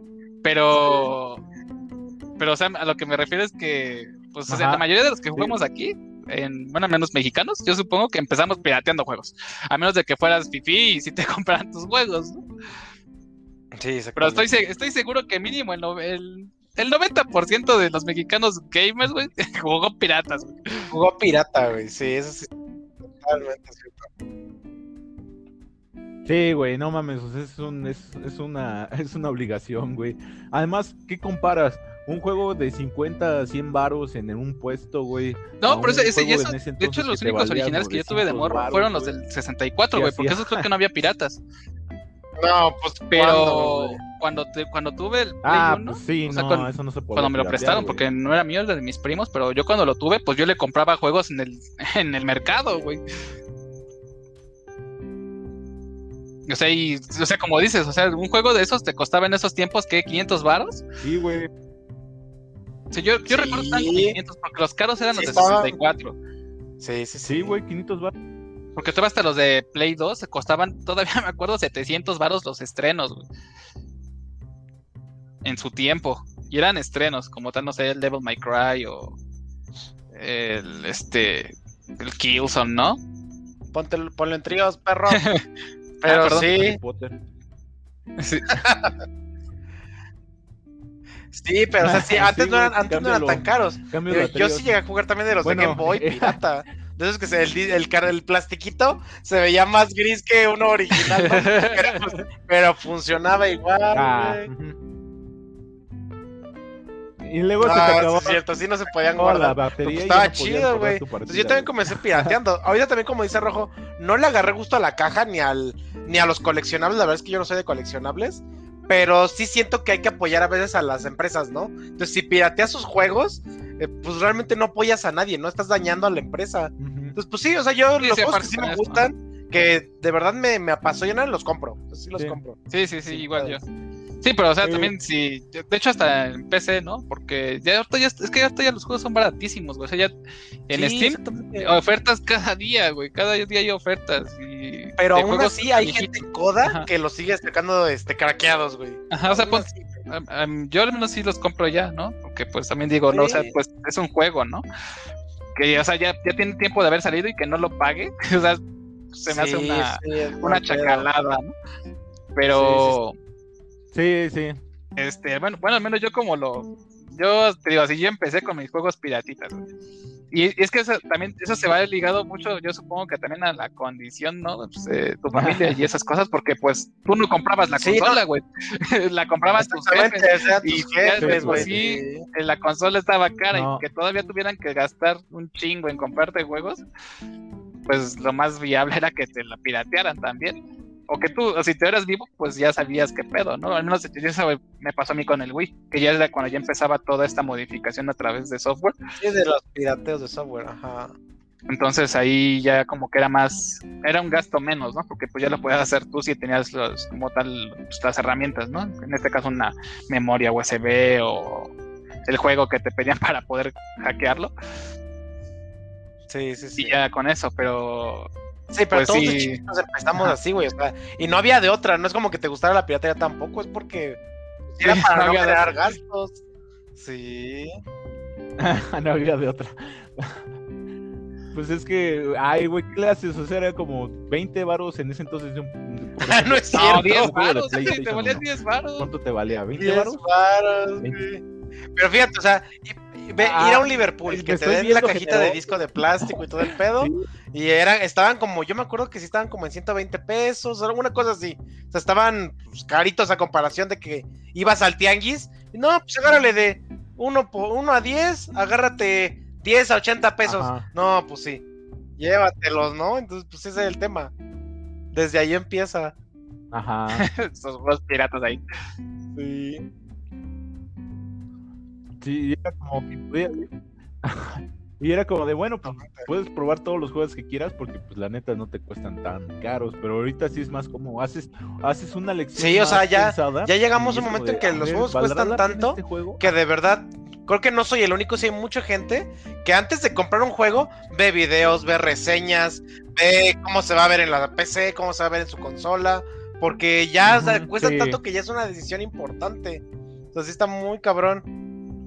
Pero, pero, o sea, a lo que me refiero es que, pues, o sea,
Ajá.
la mayoría de los que jugamos aquí, en, bueno, al menos mexicanos, yo supongo que empezamos pirateando juegos. A menos de que fueras fifí y si te compraran tus juegos, ¿no?
Sí,
Pero
exactamente.
estoy, se- estoy seguro que mínimo el, no- el, el noventa por ciento de los mexicanos gamers, güey, jugó piratas, güey.
Jugó pirata, güey, sí, eso sí. Totalmente cierto.
Sí, güey, no mames, o sea, es, un, es, es, una, es una obligación, güey. Además, ¿qué comparas? Un juego de cincuenta, cien varos en un puesto, güey.
No,
a
pero
un
ese, ese, y
juego
eso,
en ese
de hecho,
entonces
los
que te
únicos
valía
originales
como
que yo tuve de
cinco
morro
varos,
fueron los
güey.
del sesenta y cuatro,
Sí,
güey, porque
hacía.
esos creo que no había piratas.
No, pues, ¿cuándo,
Pero
güey?
cuando, te, cuando tuve el Play
Ah,
uno,
pues sí,
o sea,
no,
cuando-
eso no se puede.
cuando me lo prestaron, porque no era mío, era de mis primos, pero yo cuando lo tuve, pues yo le compraba juegos en el, en el mercado, güey. O sea, y, o sea, como dices, o sea, un juego de esos te costaba en esos tiempos, ¿qué? ¿quinientos varos?
Sí, güey.
O sea, yo, yo
Sí.
recuerdo que estaban como quinientos, porque los caros eran
Sí,
los de
estaban-
sesenta y cuatro.
Sí, sí, sí.
Sí, güey, quinientos varos.
Porque todavía hasta los de Play dos se costaban, todavía me acuerdo, setecientos varos los estrenos, güey. En su tiempo. Y eran estrenos, como tal, no sé, el Devil May Cry o el, este, el Killzone, ¿no?
Ponte, ponlo en tríos, perro. Pero
perdón.
sí,
Harry Potter.
Sí.
sí, pero o sea, sí,
Sí,
antes, no, eran,
güey,
antes no eran
cámbialo.
tan caros.
Cambio
Yo,
de
yo
baterías.
sí llegué a jugar también de los
Bueno,
de Game Boy
eh.
pirata. De esos que se, el, el, car- el plastiquito se veía más gris que uno original, ¿no? pero, pues, pero funcionaba igual,
Ah,
güey.
ujú. Y luego se te
Ah, sí
acabó
es cierto, sí no se podían
toda la
guardar.
batería.
Pues
y
estaba
ya no podías
chido,
borrar
güey.
tu
Entonces
partida,
yo también
güey.
comencé pirateando. Ahorita también, como dice Rojo, no le agarré gusto a la caja ni al ni a los coleccionables. La verdad es que yo no soy de coleccionables. Pero sí siento que hay que apoyar a veces a las empresas, ¿no? Entonces, si pirateas sus juegos, eh, pues realmente no apoyas a nadie, no estás dañando a la empresa.
Ujú.
Entonces, pues sí, o sea, yo
Sí,
los
sí,
juegos que
aparte
sí
con
me
eso,
gustan, que de verdad me, me apasionan, los compro. Sí los
Sí.
compro.
Sí, sí, sí,
Sí,
igual
puedes.
yo. Sí, pero o sea,
Sí.
también sí, de hecho hasta en P C, ¿no? Porque ya ahorita ya, es que ahorita ya los juegos son baratísimos, güey. O sea, ya en
Sí,
Steam,
exactamente.
ofertas cada día, güey. Cada día hay ofertas. Y
Pero
de
aún
juegos
así hay
viejitos.
gente coda
Ajá.
que los sigue sacando este, craqueados, güey.
Ajá, o sea,
Aún
pon-
así, güey.
am- am, yo al menos sí los compro ya, ¿no? Porque pues también digo, no, o sea,
Sí.
pues es un juego, ¿no? Que, o sea, ya, ya tiene tiempo de haber salido y que no lo pague. O sea, se me hace
Sí,
una,
sí, es
una
mal pedo.
chacalada, ¿no? Pero,
Sí, sí.
este, bueno, bueno, al menos yo como lo, yo te digo, así yo empecé con mis juegos piratitas, güey. Y, y es que eso, también eso se va ligado mucho, yo supongo que también a la condición, ¿no? Pues, eh, tu familia y esas cosas, porque pues tú no comprabas la
Sí,
consola, güey. La compraban tus jefes.
Exactamente, o sea,
Y
tus
ya de
jefes,
por
güey.
sí,
Sí.
eh, la consola estaba cara
No.
y que todavía tuvieran que gastar un chingo en comprarte juegos, pues lo más viable era que te la piratearan también. O que tú, o si te eras vivo, pues ya sabías qué pedo, ¿no? Al menos eso me pasó a mí con el Wii, que ya era cuando ya empezaba toda esta modificación a través de software.
Sí, de los pirateos de software, ajá.
Entonces ahí ya como que era más, era un gasto menos, ¿no? Porque pues ya lo podías hacer tú si tenías los, como tal, pues, las herramientas, ¿no? En este caso una memoria U S B o el juego que te pedían para poder hackearlo.
Sí, sí, sí.
Y ya con eso, pero...
Sí, pero
pues
todos
sí.
de chiquitos empezamos
Ajá.
así, güey. O sea, y no había de otra, no es como que te gustara la piratería tampoco, es porque era
Sí,
para
no
no
había de
generar
otra.
gastos. Sí.
No había de otra. Pues es que, ay, güey, ¿qué le haces? O sea, era como veinte varos en ese entonces. De un, por
Ah, no
ejemplo,
es
No,
cierto.
diez
un juego de
varos, sí, te
PlayStation
valían
uno.
diez varos.
¿Cuánto te valía? ¿veinte
diez
varos?
varos,
veinte.
güey. Pero fíjate, o sea, y- y ve-
Ah,
ir a un Liverpool,
me
que te
estoy
den la
viendo
cajita
que
de
no.
disco de plástico y todo el pedo,
Sí.
y eran, estaban como, yo me acuerdo que sí estaban como en ciento veinte pesos, o alguna cosa así. O sea, estaban pues, caritos a comparación de que ibas al tianguis, y no, pues agárrale de uno por uno a diez, agárrate diez a ochenta pesos.
Ajá.
No, pues sí, llévatelos, ¿no? Entonces, pues ese es el tema. Desde ahí empieza.
Ajá.
Esos juegos piratas ahí.
Sí.
Sí, y era como que podía- y era como de, bueno, pues puedes probar todos los juegos que quieras porque pues la neta no te cuestan tan caros, pero ahorita sí es más como haces haces una lección
Sí, o sea,
más
ya-
pensada,
ya llegamos
y
a un
es como
momento en
de,
que
a
los
ver,
juegos
¿valdrá
cuestan
la pena
tanto
este juego?
que de verdad, creo que no soy el único, sí hay mucha gente que antes de comprar un juego ve videos, ve reseñas, ve cómo se va a ver en la P C, cómo se va a ver en su consola, porque ya o sea,
Ujú,
cuestan
sí.
tanto que ya es una decisión importante. Entonces sí está muy cabrón.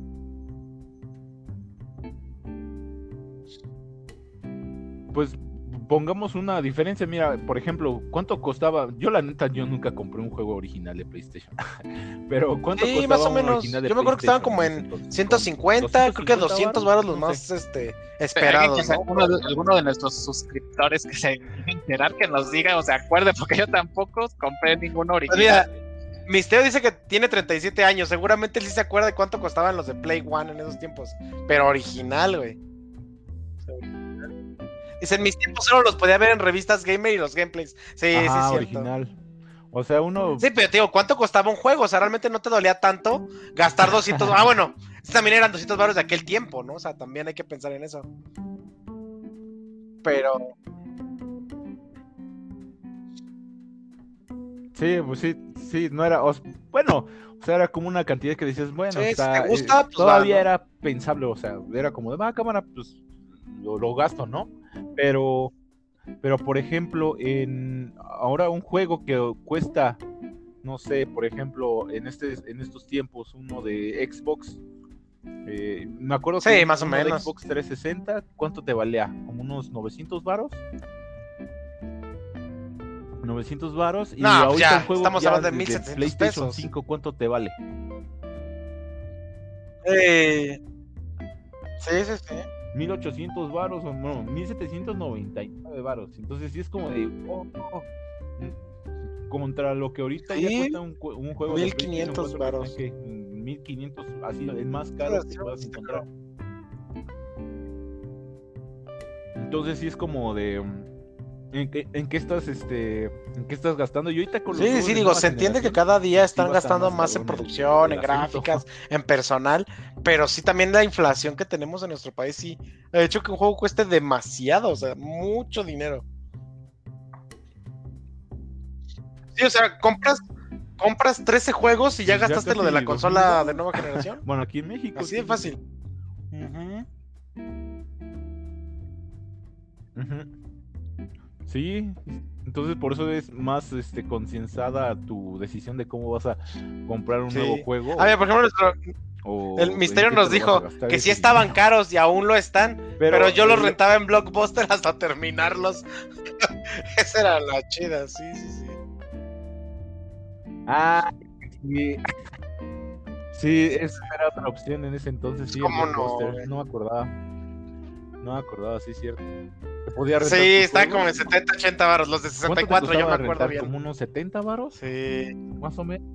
Pues pongamos una diferencia, mira, por ejemplo, ¿cuánto costaba? Yo la neta, yo nunca compré un juego original de PlayStation, pero ¿cuánto
Sí,
costaba
más o
un
menos.
original de
Yo me acuerdo que estaban como
PlayStation
en
ese entonces?
ciento cincuenta, creo que
¿doscientos
doscientos
cincuenta
varos los
No sé.
más este,
Alguien
esperados,
que-
¿no?
Uno de, alguno de nuestros suscriptores que se enterar que nos diga o se acuerde, porque yo tampoco compré ninguno
Pues
original.
mira, Misteo dice que tiene treinta y siete años. Seguramente él sí se acuerda de cuánto costaban los de Play One en esos tiempos. Pero original, güey. Dice, en mis tiempos solo los podía ver en revistas gamer y los gameplays. Sí,
Ajá,
sí, es cierto.
original. O sea, uno...
Sí, pero te digo, ¿cuánto costaba un juego? O sea, realmente no te dolía tanto gastar doscientos. Ah, bueno, también eran doscientos baros de aquel tiempo, ¿no? O sea, también hay que pensar en eso. Pero...
Sí, pues sí, sí, no era... o- bueno, o sea, era como una cantidad que decías, bueno,
Sí, si
está,
te gusta,
eh,
pues
todavía
va, ¿no?
era pensable, o sea, era como de, va, cámara, pues lo, lo gasto, ¿no? Pero, pero por ejemplo, en ahora un juego que cuesta, no sé, por ejemplo, en este, en estos tiempos, uno de Xbox, eh, me acuerdo que
Sí,
un-
más o
uno de
menos.
Xbox trescientos sesenta, ¿cuánto te valía? ¿Como unos novecientos varos? novecientos varos y
No, pues
ahorita
ya,
un juego
estamos
ya
hablando de
de,
mil
de
setecientos
PlayStation
pesos.
cinco, ¿cuánto te vale?
Eh... Sí, sí, sí.
mil ochocientos varos o no, mil setecientos noventa y nueve varos. Entonces sí es como de oh, oh, mm, contra lo que ahorita ya
Sí,
cuesta un, cu- un juego de
mil quinientos
PlayStation cuatro,
varos.
que están que, mm, mil quinientos así el más caro que
Sí,
puedas
sí,
encontrar. Entonces sí es como de mm, ¿En qué, en qué estás, este, en qué estás gastando? Yo ahorita con los
Sí,
juegos
sí,
de
digo,
nueva
se entiende que
generación,
cada día
sí
están
va a estar
gastando
más
más en
cabrón el,
producción,
el
en
asunto.
gráficas, en personal, pero sí también la inflación que tenemos en nuestro país sí ha hecho que un juego cueste demasiado, o sea, mucho dinero. Sí, o sea, compras, compras trece juegos y ya
Pues ya
gastaste lo de la
casi dos mil
consola de
varos.
nueva generación.
Bueno, aquí en México,
Así de
sí, sí, sí.
fácil. Ujú.
Ujú. Sí, entonces por eso es más este concienzada tu decisión de cómo vas a comprar un nuevo
Sí.
juego
A ver, por ejemplo, nuestro-
o,
el
o en
Misterio
qué
nos
te lo vas a
dijo
gastar
que sí
ese
estaban
dinero.
caros y aún lo están, pero,
Pero
yo los
el-
rentaba en Blockbuster hasta terminarlos. Esa era la chida, sí, sí, sí.
Ah, sí, sí, esa era otra opción en ese entonces, sí, el
¿Cómo no,
Blockbuster.
güey?
No me acordaba, no me acordaba, sí, cierto. Te podía
Sí,
rentar tus
están como
juegos.
en setenta, ochenta varos, los de
¿Cuánto te
sesenta y cuatro, yo me
costaba
acuerdo
rentar? ¿Como
bien.
unos setenta varos?
Sí.
Más o menos.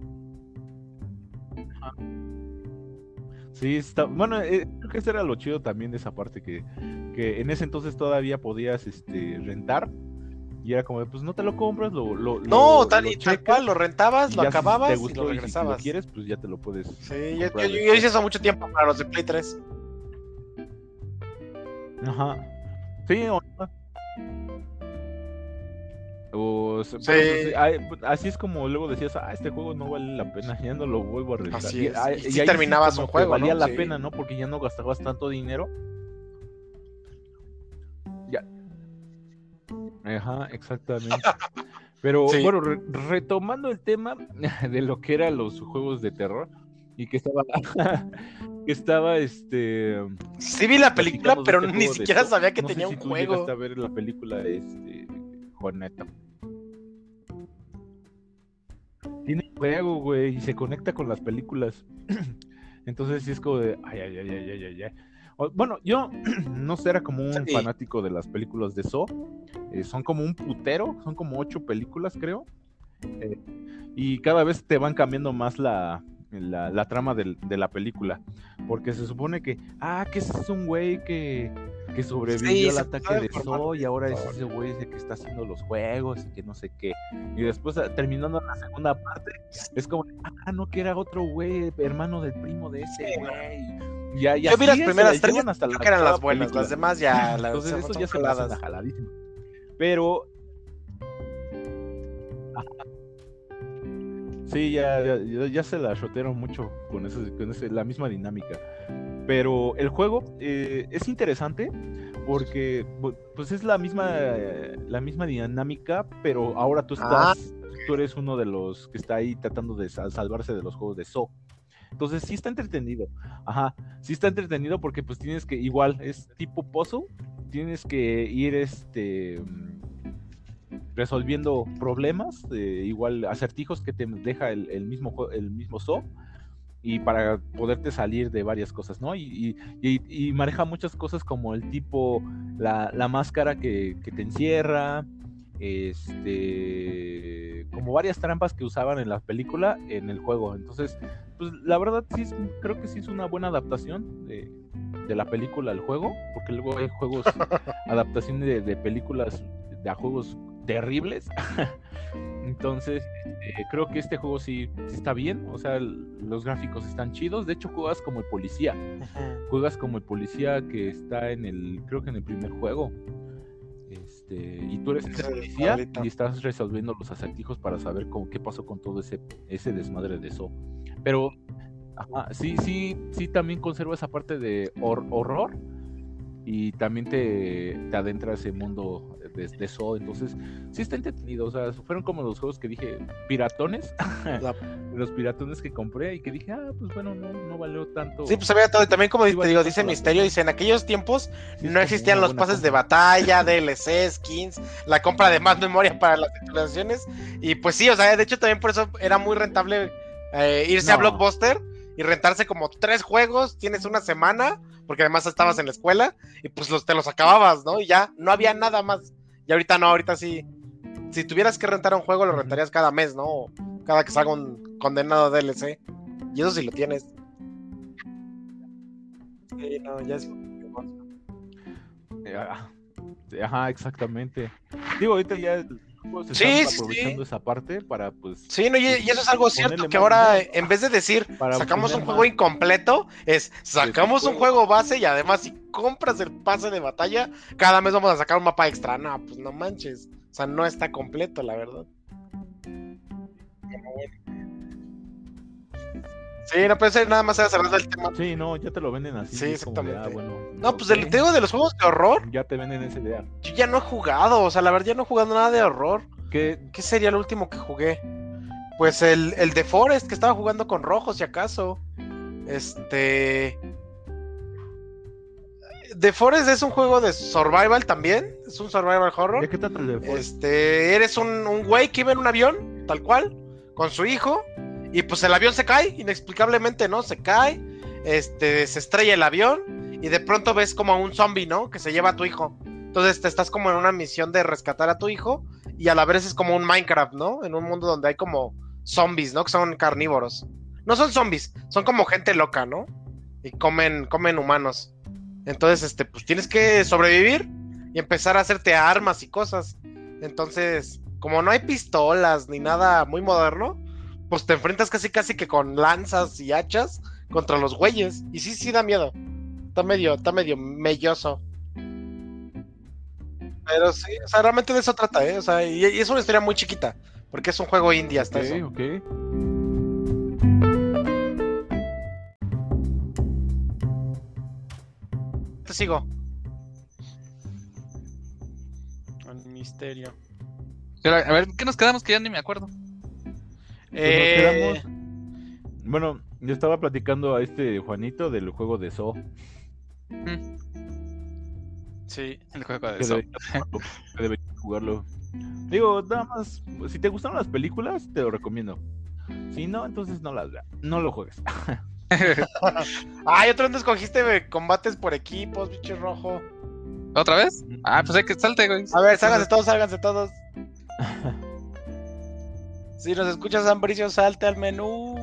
Sí, está, bueno, eh, creo que ese era lo chido también de esa parte, que, que en ese entonces todavía podías este, rentar y era como, de, pues no te lo compras, lo, lo,
No,
lo,
tal
lo
y tal
checas
cual, lo rentabas,
y
lo
ya si te
acababas y lo
gustó y si, si lo
regresabas.
quieres, pues ya te lo puedes
Sí, yo,
comprar
yo- yo hice
después.
eso mucho tiempo para los de Play tres.
Ajá. Sí, o, o se-
Sí,
pero pues ay, así es como luego decías, ah, este juego no vale la pena, ya no lo vuelvo a rentar.
así
Y,
es.
ah,
Y
y
sí
ahí sí
terminabas
como
un
que
juego,
valía
¿no?
la
Sí.
pena, ¿no? Porque ya no gastabas tanto dinero. Ya. Ajá, exactamente. Pero
Sí.
bueno, re- retomando el tema de lo que eran los juegos de terror y que estaba, que estaba este
Sí vi la película,
platicando de
pero
este
ni
juego de
siquiera
Saw.
sabía que
No sé
tenía
si
un
tú llegaste
juego.
a ver la película de este Juaneta. Tiene un juego, güey, y se conecta con las películas. Entonces sí es como de ay, ay, ay, ay, ay, ay, ay. O- Bueno, yo no sé, era como un
Sí.
fanático de las películas de Saw. Eh, son como un putero, son como ocho películas, creo. Eh, y cada vez te van cambiando más la, la, la trama del- de la película. Porque se supone que, ah, que ese es un güey que, que sobrevivió
Sí,
al
se
ataque
puede
de
formar
Saw
una
y ahora es
historia.
ese güey ese que está haciendo los juegos y que no sé qué. Y después, ah, terminando la segunda parte, es como, ah, no, que era otro güey, hermano del primo de ese
Sí, no.
güey. Y, y
Yo vi las
así es, se la
primeras tres,
llevan hasta
creo
la
que eran las
octava
buenas, las
película.
demás ya las
Entonces,
son,
eso
son
ya se me hace una
jaladas.
jaladísima. Pero sí, ya, ya, ya- ya se la shotearon mucho con, ese, con ese- la misma dinámica. Pero el juego eh, es interesante porque bu- pues es la misma, eh, la misma dinámica, pero ahora tú
Ah,
estás, tú eres uno de los que está ahí tratando de sal- salvarse de los juegos de Saw. Entonces sí está entretenido. Ajá, sí está entretenido porque pues tienes que, igual, es tipo puzzle, tienes que ir este resolviendo problemas, eh, igual acertijos que te deja el, el mismo jue- el mismo Saw y para poderte salir de varias cosas, ¿no? Y, y, y- y maneja muchas cosas como el tipo, la, la máscara que, que te encierra, este, como varias trampas que usaban en la película, en el juego. Entonces, pues la verdad sí, es- creo que sí es una buena adaptación de, de la película al juego, porque luego hay juegos, adaptaciones de, de películas de a juegos terribles. Entonces, este, creo que este juego sí, sí está bien, o sea, el- los gráficos están chidos. De hecho, juegas como el policía,
ujú.
juegas como el policía que está en el, creo que en el primer juego. Este, y tú eres ese
Sí,
policía
cuadrito.
y estás resolviendo los acertijos para saber cómo, qué pasó con todo ese, ese desmadre de eso. Pero, ajá, sí, sí, sí, también conserva esa parte de hor- horror y también te, te adentra ese mundo de, de Saw. Entonces, sí está entretenido. O sea, fueron como los juegos que dije, piratones,
La-
los piratones que compré y que dije, ah, pues bueno, no, no valió tanto.
Sí, pues había todo. Y también, como
Sí
te
valió
digo,
tanto
dice
la
Misterio,
pena.
dice, en aquellos tiempos
Sí es
no
como
existían
una
los
buena
pases de
compra.
batalla, D L C, skins, la compra de más memoria para las actualizaciones. Y pues sí, o sea, de hecho también por eso era muy rentable eh, irse a
No.
Blockbuster y rentarse como tres juegos, tienes una semana, porque además estabas en la escuela, y pues los, te los acababas, ¿no? Y ya, no había nada más. Y ahorita no, ahorita sí. Si tuvieras que rentar un juego, lo
Ujú.
rentarías cada mes, ¿no? O cada que salga un condenado D L C. Y eso sí lo tienes. Sí, no, ya es...
Eh, ah, Ajá, exactamente. Digo, ahorita ya pues,
Sí,
están
sí,
aprovechando
sí.
esa parte para pues
Sí, no, y, y eso es algo
Ponerle
cierto, que
más
ahora
dinero, ¿no?
en vez de decir
Para
sacamos un
obtener
juego
más
incompleto, es sacamos un
juego.
juego base y además si compras el pase de batalla, cada mes vamos a sacar un mapa extra. No, pues no manches. O sea, no está completo, la verdad. Sí, no puede ser nada más era cerrar el tema.
Sí, no, ya te lo venden así.
Sí,
y es como de,
exactamente.
ah, bueno,
No, pues
ok,
del tema de los juegos de horror,
ya te venden ese de ah,
yo ya no he jugado. O sea, la verdad ya no he jugado nada de horror.
que
¿Qué sería el último que jugué? Pues el, el de Forest, que estaba jugando con Rojo, si acaso. Este. The Forest es un juego de survival también. Es un survival horror.
¿de qué trata el de Forest?
Este, eres un, un güey que iba en un avión, tal cual, con su hijo. Y pues el avión se cae, inexplicablemente, ¿no? Se cae. Este, se estrella el avión. Y de pronto ves como a un zombie, ¿no? Que se lleva a tu hijo. Entonces te estás como en una misión de rescatar a tu hijo. Y a la vez es como un Minecraft, ¿no? En un mundo donde hay como zombies, ¿no? Que son carnívoros. No son zombies, son como gente loca, ¿no? Y comen, comen humanos. Entonces, este, pues tienes que sobrevivir y empezar a hacerte armas y cosas. Entonces, como no hay pistolas ni nada muy moderno, pues te enfrentas casi casi que con lanzas y hachas contra los güeyes. Y sí, sí da miedo. Está medio, está medio melloso. Pero sí, o sea, realmente de eso trata, ¿eh? O sea, y, y es una historia muy chiquita, porque es un juego indie hasta
Ok,
eso.
ok.
Te sigo. El misterio.
Pero, a ver, ¿qué nos quedamos? Que ya ni me acuerdo.
Pues
Eh,
nos quedamos. Bueno, yo estaba platicando a este Juanito del juego de Saw.
Mm,
sí.
el juego de
Que
eso.
deberías jugarlo, que deberías jugarlo. Digo, nada más, si te gustaron las películas, te lo recomiendo. Si no, entonces no las veas, no lo juegues.
Ay, otro día escogiste eh, combates por equipos, bicho rojo.
¿Otra vez? Ah, pues hay que salte, güey.
A ver, sálganse todos, sálganse todos. Si nos escuchas, Ambricio, salte al menú.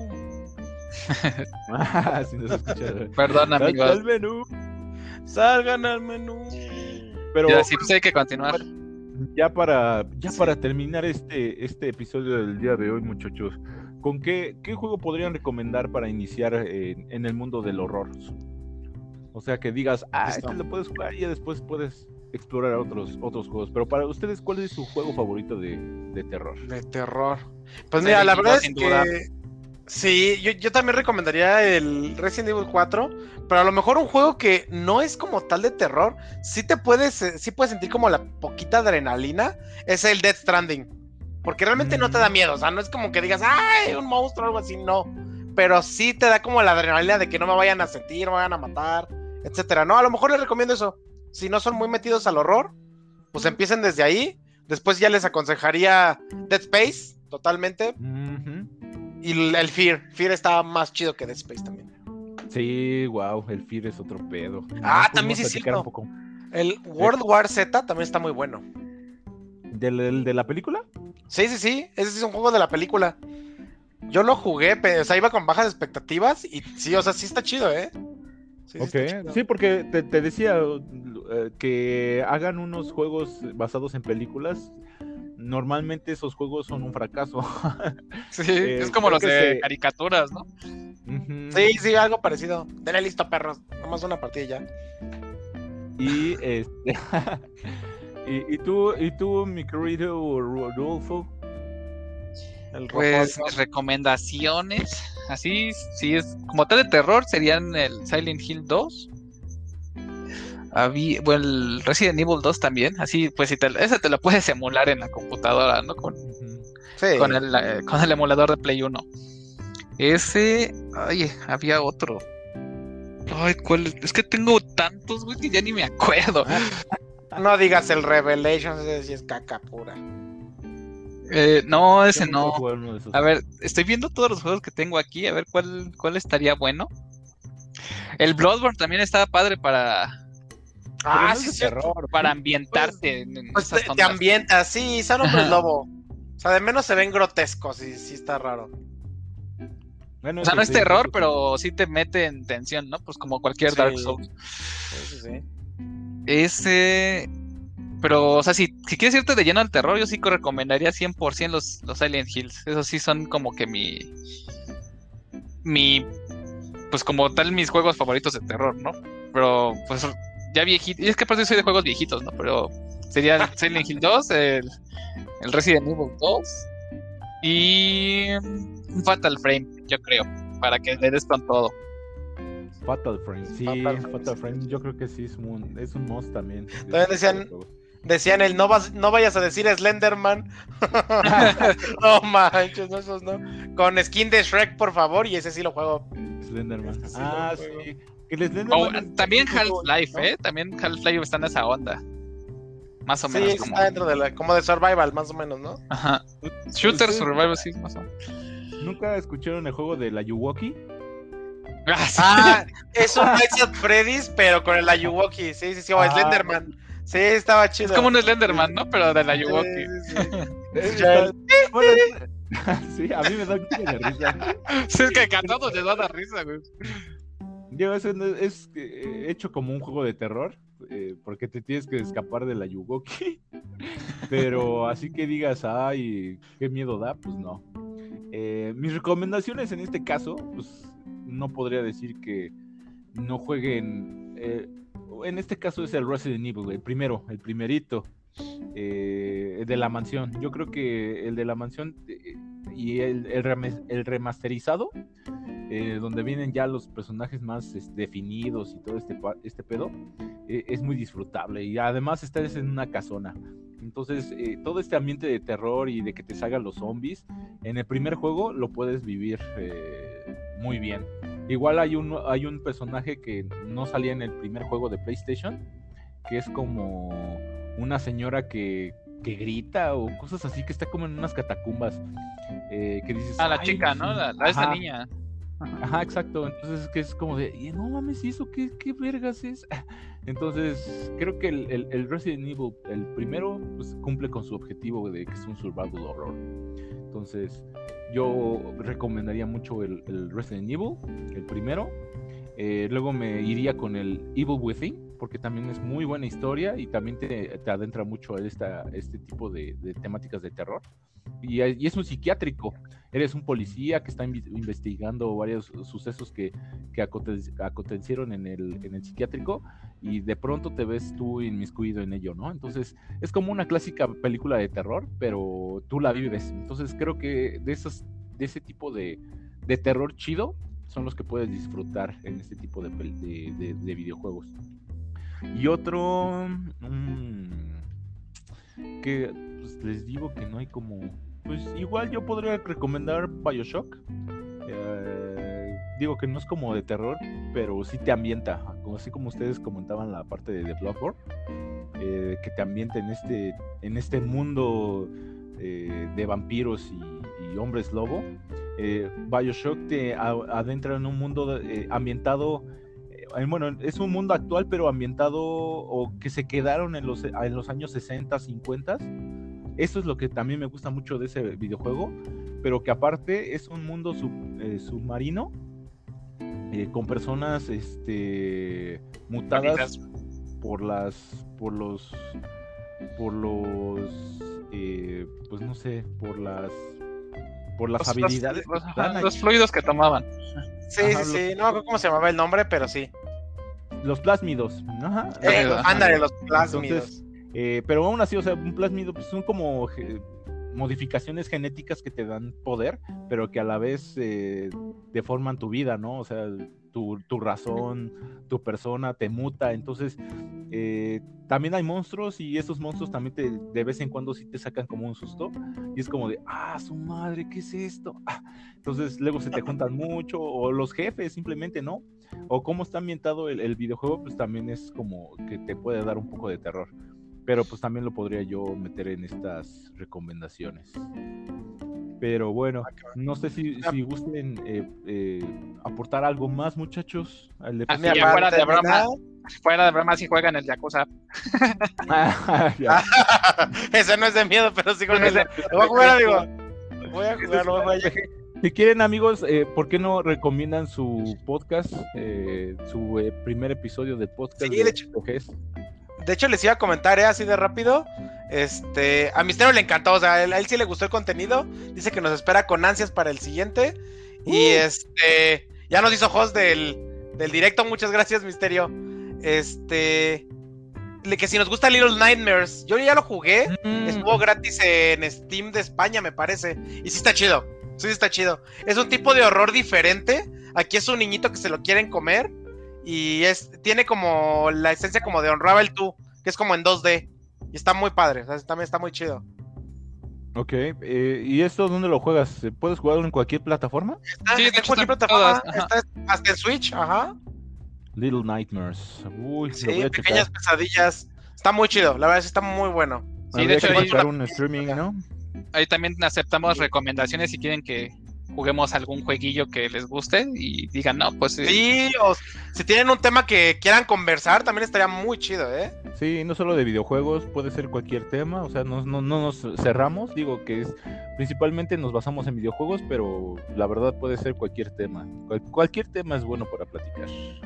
Ah, si nos escuchas.
Perdón,
Salte
amigos.
al menú.
Salgan al menú.
Pero
Ya, sí, pues hay que continuar.
ya para ya
Sí.
para terminar este este episodio del día de hoy, muchachos, ¿con qué, qué juego podrían recomendar para iniciar en, en el mundo del horror? O sea, que digas, ah,
Listo.
este lo puedes jugar y ya después puedes explorar otros otros juegos. Pero para ustedes, ¿cuál es su juego favorito de, de terror?
De terror. Pues
Resident
mira, la
Evil,
verdad es
sin duda.
que sí, yo, yo también recomendaría el Resident Evil cuatro, pero a lo mejor un juego que no es como tal de terror, sí te puedes, eh, sí puedes sentir como la poquita adrenalina, es el Death Stranding, porque realmente no te da miedo, o sea, no es como que digas, ¡ay, un monstruo o algo así! No, pero sí te da como la adrenalina de que no me vayan a sentir, me vayan a matar, etcétera, ¿no? A lo mejor les recomiendo eso, si no son muy metidos al horror, pues empiecen desde ahí, después ya les aconsejaría Dead Space, totalmente.
Ujú.
Y el Fear, Fear está más chido que Dead Space también.
Sí, wow, el Fear es otro pedo.
Ah,
¿Podemos
también sí es
platicar
cierto.
un poco
El World War Z también está muy bueno.
del, del- de la película?
Sí, sí, sí, ese sí es un juego de la película. Yo lo jugué, pe- o sea, iba con bajas expectativas y sí, o sea, sí está chido, ¿eh? Sí, sí
Ok,
está chido.
sí, porque te, te decía eh, que hagan unos juegos basados en películas. Normalmente esos juegos son un fracaso.
Sí,
Eh,
es como
creo
los
que
de
se-
caricaturas, ¿no?
Ujú.
Sí, sí, algo parecido. Denle listo, perros. Nomás una partida y ya.
Y este y, y tú, y tú, mi querido Rodolfo.
El
Pues
rojo.
mis recomendaciones, así, si es como tal de terror, serían el Silent Hill dos. Había, bueno, el Resident Evil dos también, así, pues si te, ese te lo puedes emular en la computadora, ¿no? Con,
Ujú.
Sí.
con, el, eh, con el emulador de Play uno. Ese, ay, había otro. Ay, ¿cuál? Es que tengo tantos, güey, que ya ni me acuerdo.
No digas el Revelations, ese sí es caca pura.
Eh, no,
Yo
ese
nunca he
no.
jugado uno de esos.
A ver, estoy viendo todos los juegos que tengo aquí, a ver cuál, cuál estaría bueno. El Bloodborne también estaba padre para,
Pero
Ah,
no es
sí,
de
es cierto.
terror.
para ambientarte en, en
Pues
esas
te, te
ondas.
ambienta, sí, son hombres
Ajá.
lobo. O sea, de menos se ven grotescos y sí está raro.
Bueno,
O sea,
eso
no es
sí,
terror,
eso sí.
pero sí te mete en tensión, ¿no? Pues como cualquier
Sí.
Dark Souls.
Sí, sí, sí.
Ese. Pero, o sea, si, si quieres irte de lleno al terror, yo sí que recomendaría cien por ciento los, los Silent Hills. Esos sí son como que mi... Mi... Pues como tal mis juegos favoritos de terror, ¿no? Pero, pues, ya viejitos. Y es que aparte soy de juegos viejitos, ¿no? Pero sería el Silent Hill dos, el, el Resident Evil dos y un Fatal Frame, yo creo, para que le des con todo.
Fatal Frame, sí,
Fatal
Fatal,
Frame,
Frame, yo creo que sí es un, es un must también.
También decían, decían el no vas, no vayas a decir Slenderman. No manches, no, esos no. Con skin de Shrek, por favor, y ese sí lo juego.
Slenderman.
Sí,
Ah,
lo juego.
sí. Que el Slenderman
Oh,
es-
también
es un
Half-Life,
juego, ¿no?
¿eh? También Half-Life está en esa onda. Más o
Sí,
menos
está
como...
dentro de la, como de survival, más o menos, ¿no?
Ajá. Shooter
¿Ustedes
Survival, sí, más o menos.
¿Nunca escucharon el juego de la Yuwoki?
Ah, sí.
Ah, es un Nights at Freddy's, pero con el Ayuwoki, sí, sí, sí, o
Ah.
Slenderman. Sí, estaba chido.
Es como un Slenderman, ¿no? Pero de la Yuwoki.
Sí, sí, sí.
Eh,
Ya
está- bueno, sí, a mí me da un poco de risa.
Sí, es que a todos les da la risa, güey.
Yo, es, es eh, hecho como un juego de terror, eh, porque te tienes que escapar de la Yuwoki. Pero así que digas, ay, qué miedo da, pues no. Eh, mis recomendaciones en este caso, pues no podría decir que no jueguen. Eh, en este caso es el Resident Evil, el primero, el primerito, eh, de la mansión. Yo creo que el de la mansión eh, y el, el, rem- el remasterizado, eh, donde vienen ya los personajes más es, definidos y todo este, pa- este pedo, eh, es muy disfrutable. Y además estás en una casona. Entonces, eh, todo este ambiente de terror y de que te salgan los zombies, en el primer juego lo puedes vivir eh, muy bien. Igual hay un, hay un personaje que no salía en el primer juego de PlayStation, que es como una señora que, que grita o cosas así, que está como en unas catacumbas. Eh, que dices,
Ah, la
"Ay,
chica,
sí".
¿no? La, la esa
Ajá.
niña.
Ajá, exacto. Entonces, que es como de, "Y no mames, ¿y eso qué, qué vergas es?" Entonces, creo que el, el, el Resident Evil, el primero, pues cumple con su objetivo de que es un survival horror. Entonces, yo recomendaría mucho el, el Resident Evil, el primero. Eh, luego me iría con el Evil Within, porque también es muy buena historia y también te, te adentra mucho a esta, este tipo de, de temáticas de terror. Y, y es un psiquiátrico. Eres un policía que está invi- investigando varios sucesos que, que aconte- acontecieron en el, en el psiquiátrico y de pronto te ves tú inmiscuido en ello, ¿no? Entonces es como una clásica película de terror, pero tú la vives. Entonces creo que de, esos, de ese tipo de, de terror chido son los que puedes disfrutar en este tipo de, pel- de, de, de videojuegos. Y otro... mmm, que pues, les digo que no hay como... Pues igual yo podría recomendar BioShock. Eh, digo que no es como de terror, pero sí te ambienta. Como, así como ustedes comentaban la parte de The Bloodborne, eh, que te ambienta en este, en este mundo eh, de vampiros y, y hombres lobo. Eh, BioShock te a, adentra en un mundo eh, ambientado... Bueno, es un mundo actual, pero ambientado o que se quedaron en los, en los años sesenta, cincuenta. Eso es lo que también me gusta mucho de ese videojuego, pero que aparte es un mundo sub, eh, submarino eh, con personas este, mutadas por las, por los, por los, eh, pues no sé, por las, por las
Los,
habilidades.
los,
que
ajá,
dan ahí.
los fluidos que tomaban.
Sí,
Ajá,
sí, sí. No me acuerdo cómo se llamaba el nombre, pero sí.
Los plásmidos. Ajá.
Eh,
Ajá.
ándale, los plásmidos.
Entonces, eh, pero aún así, o sea, un plásmido pues, son como eh, modificaciones genéticas que te dan poder, pero que a la vez eh, deforman tu vida, ¿no? O sea, tu, tu razón, tu persona te muta. Entonces, eh, también hay monstruos y esos monstruos también te, de vez en cuando sí te sacan como un susto. Y es como de, ah, su madre, ¿qué es esto? Ah. Entonces, luego se te juntan mucho, o los jefes simplemente, ¿no? O cómo está ambientado el, el videojuego, pues también es como que te puede dar un poco de terror. Pero pues también lo podría yo meter en estas recomendaciones. Pero bueno, no sé si, si gusten eh, eh, aportar algo más, muchachos. Al
Así
Mi
ya fuera de
aparte,
broma,
¿verdad?
fuera de broma si juegan el Yakuza.
Ya.
Ese no es de miedo, pero sí con el. Lo voy a jugar, amigo. Voy a jugar, lo voy a jugar.
Si quieren, amigos, eh, ¿por qué no recomiendan su podcast, eh, su eh, primer episodio del podcast
Sí,
de
de hecho.
G Gs?
de hecho les iba a comentar, ¿eh? Así de rápido. Este, a Misterio le encantó, o sea, a él, a él sí le gustó el contenido. Dice que nos espera con ansias para el siguiente. Uh. Y este, ya nos hizo host del, del directo. Muchas gracias, Misterio. Este, que si nos gusta Little Nightmares, yo ya lo jugué. Mm. Estuvo gratis en Steam de España, me parece. Y sí está chido. Sí está chido. Es un tipo de horror diferente. Aquí es un niñito que se lo quieren comer. Y es, tiene como la esencia como de Unravel dos, que es como en dos D. Y está muy padre, o sea, también está muy chido.
Ok, eh, ¿y esto dónde lo juegas? ¿Puedes jugarlo en cualquier plataforma?
Está, sí, está en cualquier plataforma, está hasta en Switch, ajá.
Little Nightmares, uy,
sí,
lo voy a
pequeñas
checar.
Pesadillas, está muy chido, la verdad sí está muy bueno.
Sí, de hecho hay que un streaming, ¿no?
Ahí también aceptamos recomendaciones si quieren que juguemos algún jueguillo que les guste y digan, no, pues...
Sí, sí o si tienen un tema que quieran conversar, también estaría muy chido, ¿eh?
Sí, no solo de videojuegos, puede ser cualquier tema, o sea, no, no, no nos cerramos, digo que es, principalmente nos basamos en videojuegos, pero la verdad puede ser cualquier tema, Cual, cualquier tema es bueno para platicar.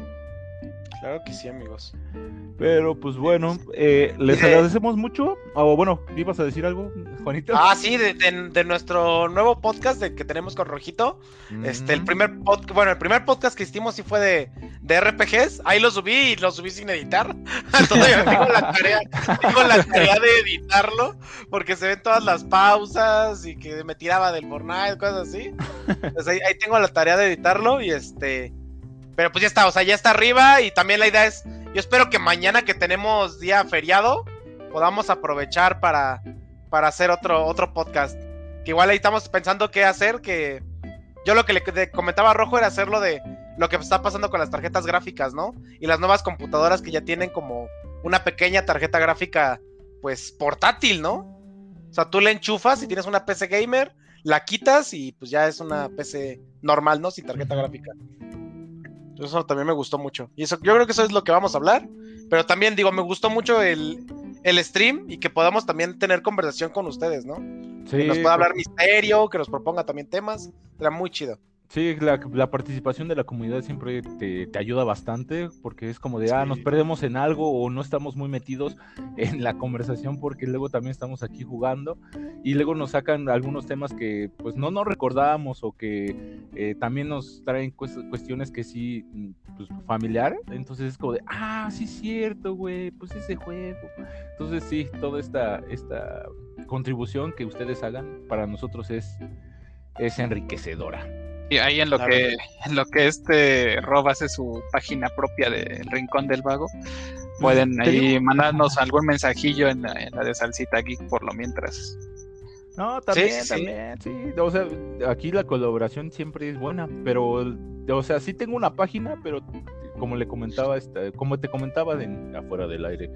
Claro que sí, amigos.
Pero pues bueno, eh, les
Dice...
agradecemos mucho. O oh, bueno, ¿ibas a decir algo, Juanito?
Ah, sí, de, de, de nuestro nuevo podcast de, que tenemos con Rojito. Mm. Este, el primer podcast, bueno, el primer podcast que hicimos sí fue de, de R P Gs. Ahí lo subí y lo subí sin editar. Todavía tengo la tarea, tengo la tarea de editarlo, porque se ven todas las pausas y que me tiraba del Fortnite, cosas así. Entonces ahí, ahí tengo la tarea de editarlo y este. Pero pues ya está, o sea, ya está arriba y también la idea es, yo espero que mañana que tenemos día feriado, podamos aprovechar para, para hacer otro, otro podcast. Que igual ahí estamos pensando qué hacer, que yo lo que le comentaba a Rojo era hacerlo de lo que está pasando con las tarjetas gráficas, ¿no? Y las nuevas computadoras que ya tienen como una pequeña tarjeta gráfica, pues portátil, ¿no? O sea, tú le enchufas y tienes una P C gamer, la quitas y pues ya es una P C normal, ¿no? Sin tarjeta gráfica. Eso también me gustó mucho. Y eso, yo creo que eso es lo que vamos a hablar. Pero también digo, me gustó mucho el, el stream y que podamos también tener conversación con ustedes, ¿no? Sí, que nos pueda hablar pues... Misterio, que nos proponga también temas. Será muy chido.
Sí, la, la participación de la comunidad siempre te, te ayuda bastante, porque es como de, sí. ah, nos perdemos en algo o no estamos muy metidos en la conversación porque luego también estamos aquí jugando y luego nos sacan algunos temas que pues no nos recordábamos o que eh, también nos traen cuestiones que sí, pues familiares, entonces es como de, ah, sí es cierto, güey, pues ese juego. Entonces sí, toda esta, esta contribución que ustedes hagan para nosotros es, es enriquecedora.
Y ahí en lo claro. que en lo que este Rob hace su página propia del Rincón del Vago, pueden ahí digo? mandarnos algún mensajillo en la, en la de Salsita Geek por lo mientras.
No, también, sí, también, sí. sí. O sea, aquí la colaboración siempre es buena, pero, o sea, sí tengo una página, pero como le comentaba, esta, como te comentaba de, afuera del aire,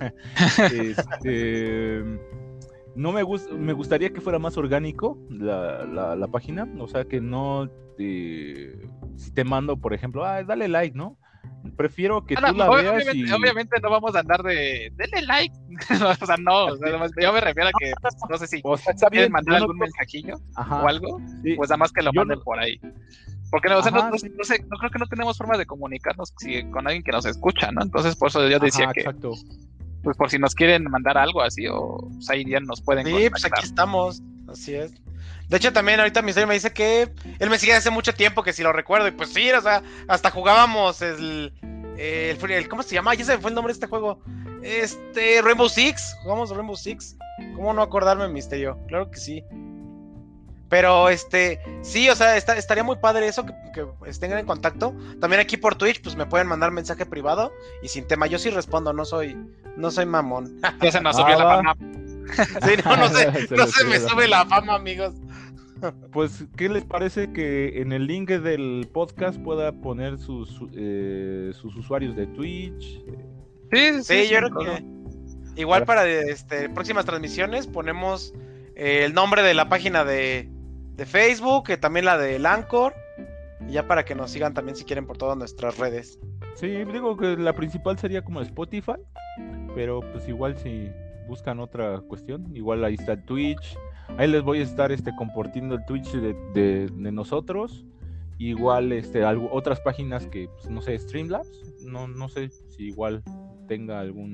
este... No me gusta, me gustaría que fuera más orgánico la, la, la página, o sea que no te, si te mando, por ejemplo, ah, dale like, ¿no? Prefiero que ah, tú no, la
obviamente,
veas y...
obviamente no vamos a andar de, dale like, o sea, no, o sea, yo me refiero a que, no sé si o sea, está bien, mandar algún no... mensajillo Ajá, o algo, sí. Pues nada más que lo manden no... por ahí. Porque no, o sea, Ajá, no, sí. no, sé, no creo que no tenemos forma de comunicarnos si, con alguien que nos escucha, ¿no? Entonces por eso yo decía Ajá, que... Exacto. Pues por si nos quieren mandar algo así, o pues ahí ya nos pueden
sí,
contactar.
Pues aquí estamos, así es. De hecho, también ahorita mi señor me dice que él me sigue hace mucho tiempo, que si lo recuerdo, y pues sí, o sea, hasta jugábamos el, el, el ¿cómo se llama? Ya se me fue el nombre de este juego. Este, Rainbow Six, jugamos Rainbow Six. ¿Cómo no acordarme, Misterio? Claro que sí. Pero, este, sí, o sea, está, estaría muy padre eso, que, que estén en contacto. También aquí por Twitch, pues me pueden mandar mensaje privado y sin tema. Yo sí respondo, no soy, no soy mamón.
Ya se nos subió ah, la fama.
Sí, no, no sé, se no se me sube la fama, amigos.
Pues, ¿qué les parece que en el link del podcast pueda poner sus, eh, sus usuarios de Twitch?
Sí, sí, sí yo creo que igual para este, próximas transmisiones ponemos eh, el nombre de la página de... de Facebook, que también la del Anchor, y ya para que nos sigan también si quieren por todas nuestras redes.
Sí, digo que la principal sería como Spotify, pero pues igual si buscan otra cuestión, igual ahí está el Twitch, ahí les voy a estar este compartiendo el Twitch de, de, de nosotros, igual este algo, otras páginas que pues, no sé, Streamlabs, no, no sé si igual tenga algún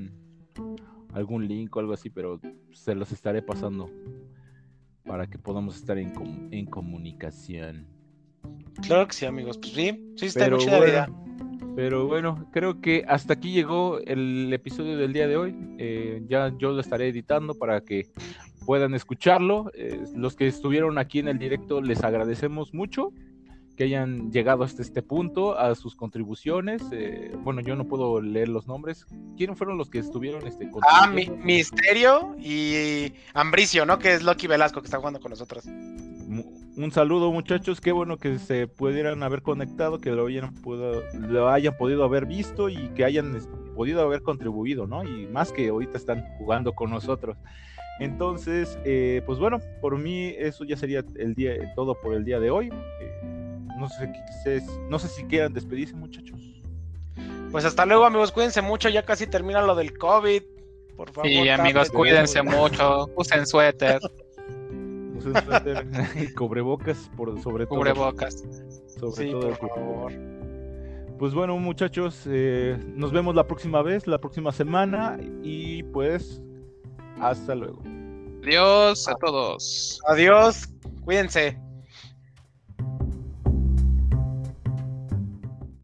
algún link o algo así, pero se los estaré pasando para que podamos estar en, com- en comunicación.
Claro que sí, amigos. Pues sí, sí, está
Pero
muy chida la
bueno,
idea.
pero bueno, creo que hasta aquí llegó el episodio del día de hoy. Eh, ya yo lo estaré editando para que puedan escucharlo. Eh, los que estuvieron aquí en el directo les agradecemos mucho que hayan llegado hasta este punto, a sus contribuciones. Eh, bueno, yo no puedo leer los nombres. ¿Quiénes fueron los que estuvieron este,
Ah, mi,
contribuyendo?
Misterio y Ambricio, ¿no? Que es Loki Velasco que está jugando con nosotros.
Un saludo, muchachos, qué bueno que se pudieran haber conectado, que lo hayan, pudo, lo hayan podido haber visto y que hayan es, podido haber contribuido, ¿no? Y más que ahorita están jugando con nosotros. Entonces, eh, pues bueno, por mí eso ya sería el día, todo por el día de hoy. Eh, no sé, qué, no sé si quieran despedirse, muchachos.
Pues hasta luego, amigos, cuídense mucho, ya casi termina lo del COVID. Por favor.
Sí, amigos,
tápense.
cuídense mucho, usen suéter,
Usen suéter y cubrebocas, por, sobre todo.
cubrebocas.
Sobre
Sí,
todo
por
el
favor.
Pues bueno, muchachos, eh, nos vemos la próxima vez, la próxima semana, y pues hasta luego.
Adiós a todos.
Adiós, cuídense.